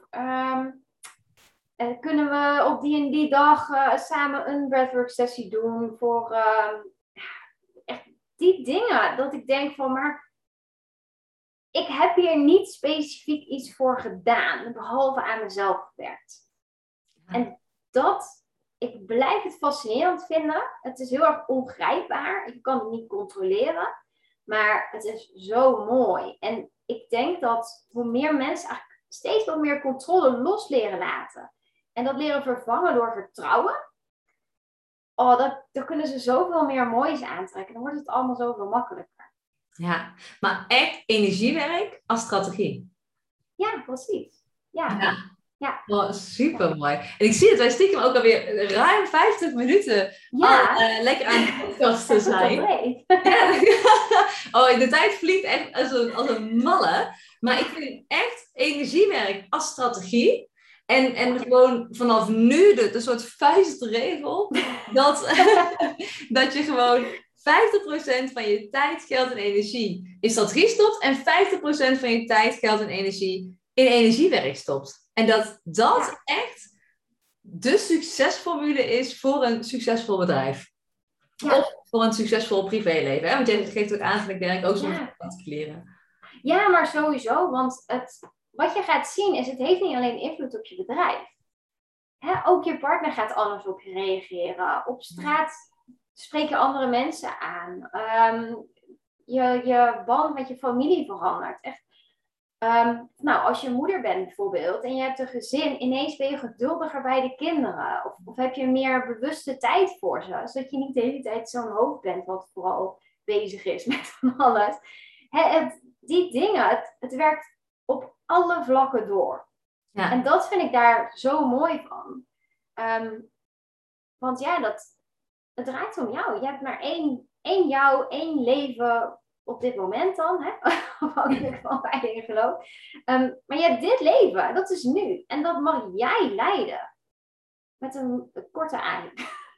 kunnen we op die en die dag samen een breathwork sessie doen voor echt die dingen dat ik denk van maar ik heb hier niet specifiek iets voor gedaan behalve aan mezelf gewerkt. En ik blijf het fascinerend vinden. Het is heel erg ongrijpbaar. Ik kan het niet controleren. Maar het is zo mooi. En ik denk dat hoe meer mensen eigenlijk steeds wat meer controle los leren laten. En dat leren vervangen door vertrouwen. Dan kunnen ze zoveel meer moois aantrekken. Dan wordt het allemaal zoveel makkelijker. Ja, maar echt energiewerk als strategie. Ja, precies. Ja. Oh, super mooi. En ik zie dat wij stiekem ook alweer ruim 50 minuten lekker aan de podcast te zijn. Oh, de tijd vliegt echt als een malle. Maar ik vind echt energiewerk als strategie. En gewoon vanaf nu de soort vuistregel. Dat je gewoon 50% van je tijd, geld en energie in strategie stopt. En 50% van je tijd, geld en energie in energiewerk stopt. En dat echt de succesformule is voor een succesvol bedrijf. Ja. Of voor een succesvol privéleven. Hè? Want jij geeft ook aan, ik werk ook soms met particulieren. Ja, maar sowieso. Want wat je gaat zien is, het heeft niet alleen invloed op je bedrijf. Hè? Ook je partner gaat anders op je reageren. Op straat spreek je andere mensen aan. Je band met je familie verandert. Echt. Als je moeder bent bijvoorbeeld en je hebt een gezin, ineens ben je geduldiger bij de kinderen. Of heb je meer bewuste tijd voor ze. Zodat je niet de hele tijd zo'n hoofd bent wat vooral bezig is met van alles. Die dingen, het werkt op alle vlakken door. Ja. En dat vind ik daar zo mooi van. Want het draait om jou. Je hebt maar één leven op dit moment dan, hè? Afhankelijk van waar je in gelooft. Maar je hebt dit leven, dat is nu. En dat mag jij leiden. Met een korte ei.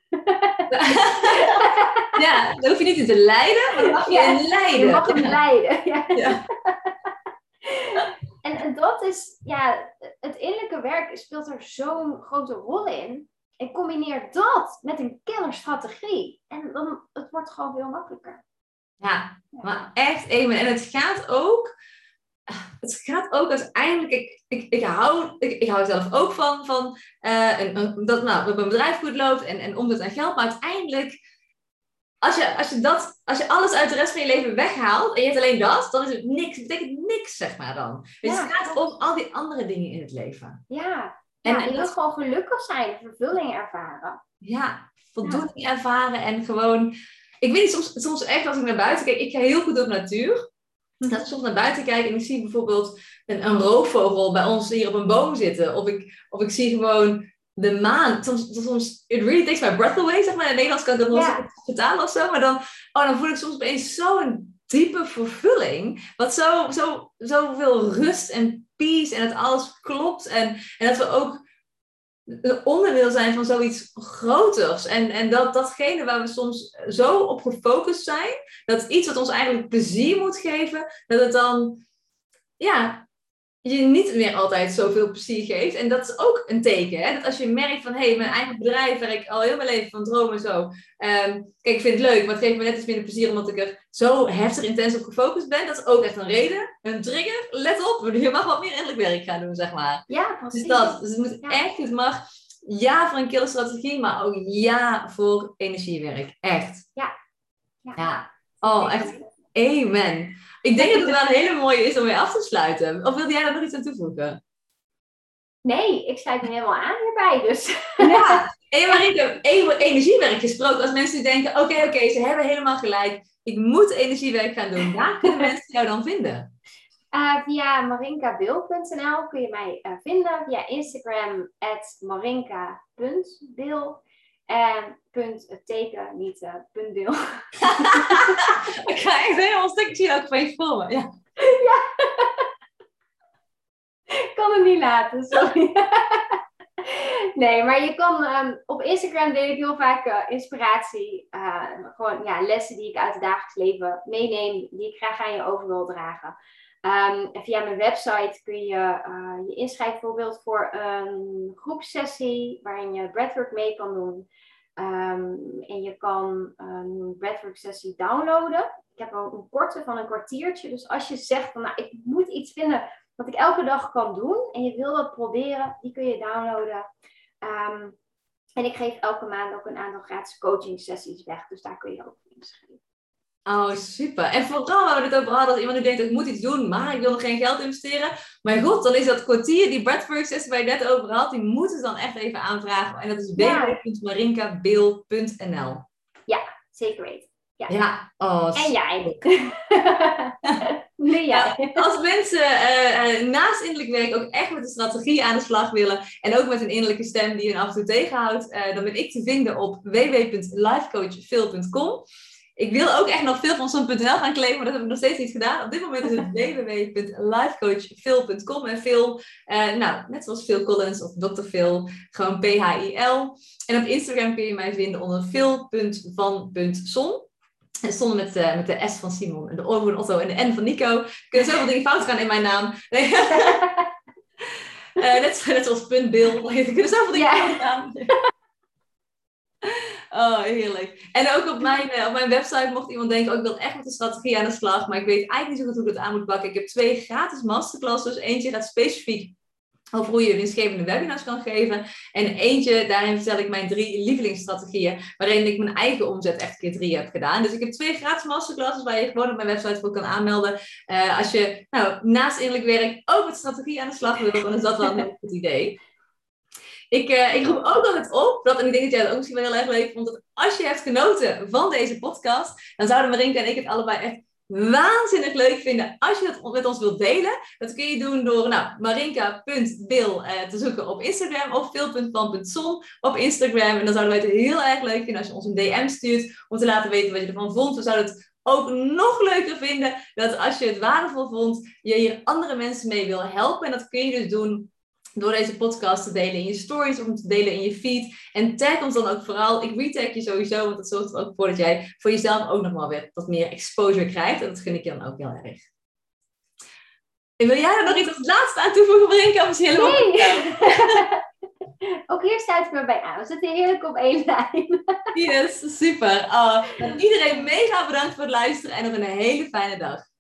Ja, dan hoef je niet in te leiden, maar dan mag je in leiden. Je mag hem leiden, ja. En dat is, het innerlijke werk speelt er zo'n grote rol in. En combineer dat met een killerstrategie. En dan, het wordt gewoon veel makkelijker. Ja, maar echt even. En het gaat ook uiteindelijk, ik hou zelf ook van dat mijn bedrijf goed loopt en omzet aan geld. Maar uiteindelijk, als je alles uit de rest van je leven weghaalt en je hebt alleen dat, dan is het niks. Het betekent niks, zeg maar dan. Dus het gaat om al die andere dingen in het leven. Ja, en je wil gewoon gelukkig zijn, vervulling ervaren. Ja, voldoening ervaren en gewoon... Ik weet niet, soms echt als ik naar buiten kijk, ik ga heel goed op natuur. Dat ik soms naar buiten kijk en ik zie bijvoorbeeld een roofvogel bij ons hier op een boom zitten. Of ik zie gewoon de maan. Soms it really takes my breath away, zeg maar. In het Nederlands kan ik dat nog eens vertalen of zo. Maar dan voel ik soms opeens zo'n diepe vervulling. Wat zoveel rust en peace en het alles klopt. En dat we ook een onderdeel zijn van zoiets groters. En datgene waar we soms zo op gefocust zijn, dat iets wat ons eigenlijk plezier moet geven, dat het dan, je niet meer altijd zoveel plezier geeft. En dat is ook een teken, hè? Dat als je merkt van, mijn eigen bedrijf, waar ik al heel mijn leven van droom en zo. Kijk, ik vind het leuk, maar het geeft me net iets minder plezier, omdat ik er zo heftig intens op gefocust ben. Dat is ook echt een reden, een trigger. Let op, je mag wat meer innerlijk werk gaan doen, zeg maar. Ja, precies. Dus het moet echt, het mag... Ja voor een killerstrategie, maar ook ja voor energiewerk. Echt. Ja. Oh, echt. Amen. Ik denk dat het wel een hele mooie is om mee af te sluiten. Of wilde jij daar nog iets aan toevoegen? Nee, ik sluit me helemaal aan hierbij. Dus. Ja, en Marinka, energiewerk gesproken. Als mensen denken, oké, ze hebben helemaal gelijk. Ik moet energiewerk gaan doen. Waar kunnen mensen jou dan vinden? Via marinkabil.nl kun je mij vinden. Via Instagram @marinka.bil. En teken, niet .bil. Ik ga echt helemaal een stukje ook van je filmen. Ja. Ik kan het niet laten, sorry. Nee, maar je kan op Instagram deel ik heel vaak inspiratie. Gewoon lessen die ik uit het dagelijks leven meeneem, die ik graag aan je over wil dragen. En via mijn website kun je je inschrijven bijvoorbeeld voor een groepsessie waarin je breathwork mee kan doen. En je kan een breathwork sessie downloaden. Ik heb een korte van een kwartiertje. Dus als je zegt van ik moet iets vinden wat ik elke dag kan doen en je wil dat proberen, die kun je downloaden. En ik geef elke maand ook een aantal gratis coaching sessies weg. Dus daar kun je ook voor inschrijven. Oh, super. En vooral waar we het over hadden, als iemand die denkt, ik moet iets doen, maar ik wil nog geen geld investeren. Maar goed, dan is dat kwartier, die breathwork sessie waar je net over had, die moeten ze dan echt even aanvragen. En dat is www.marinkabil.nl. Ja, zeker weten. Ja. Oh, en jij. Nee, ja. Als mensen naast innerlijk werk ook echt met een strategie aan de slag willen en ook met een innerlijke stem die hen af en toe tegenhoudt, dan ben ik te vinden op www.lifecoachphil.com. Ik wil ook echt nog philvanson.nl gaan claimen, maar dat heb ik nog steeds niet gedaan. Op dit moment is het www.lifecoachphil.com en Phil, net zoals Phil Collins of Dr. Phil, gewoon PHIL. En op Instagram kun je mij vinden onder phil.van.son. En stonden met de S van Simon en de O van Otto en de N van Nico. Er kunnen zoveel dingen fout gaan in mijn naam. Nee. Net zoals .bil. Er kunnen zoveel dingen fout gaan. Oh, heerlijk. En ook op mijn website mocht iemand denken, ik wil echt met de strategie aan de slag, maar ik weet eigenlijk niet zo goed hoe ik dat aan moet pakken. Ik heb 2 gratis masterclasses. Eentje gaat specifiek over hoe je winstgevende webinars kan geven. En eentje, daarin vertel ik mijn 3 lievelingsstrategieën, waarin ik mijn eigen omzet echt keer 3 heb gedaan. Dus ik heb 2 gratis masterclasses waar je gewoon op mijn website voor kan aanmelden. Als je naast innerlijk werk ook met strategie aan de slag wil, dan is dat wel een heel goed idee. Ik roep ook altijd op, en ik denk dat jij dat ook misschien wel heel erg leuk vond, dat als je hebt genoten van deze podcast, dan zouden Marinka en ik het allebei echt waanzinnig leuk vinden als je het met ons wilt delen. Dat kun je doen door marinka.bil te zoeken op Instagram of phil.van.son op Instagram. En dan zouden wij het heel erg leuk vinden als je ons een DM stuurt om te laten weten wat je ervan vond. We zouden het ook nog leuker vinden dat als je het waardevol vond, je hier andere mensen mee wil helpen. En dat kun je dus doen door deze podcast te delen in je stories of te delen in je feed. En tag ons dan ook vooral. Ik retag je sowieso, want dat zorgt er ook voor dat jij voor jezelf ook nog wel weer wat meer exposure krijgt. En dat gun ik je dan ook heel erg. En wil jij er nog iets als laatste aan toevoegen, Marinka? Of helemaal... Nee! Ook hier sluit ik me bij aan. We zitten heerlijk op één lijn. Yes, super. Iedereen mega bedankt voor het luisteren en nog een hele fijne dag.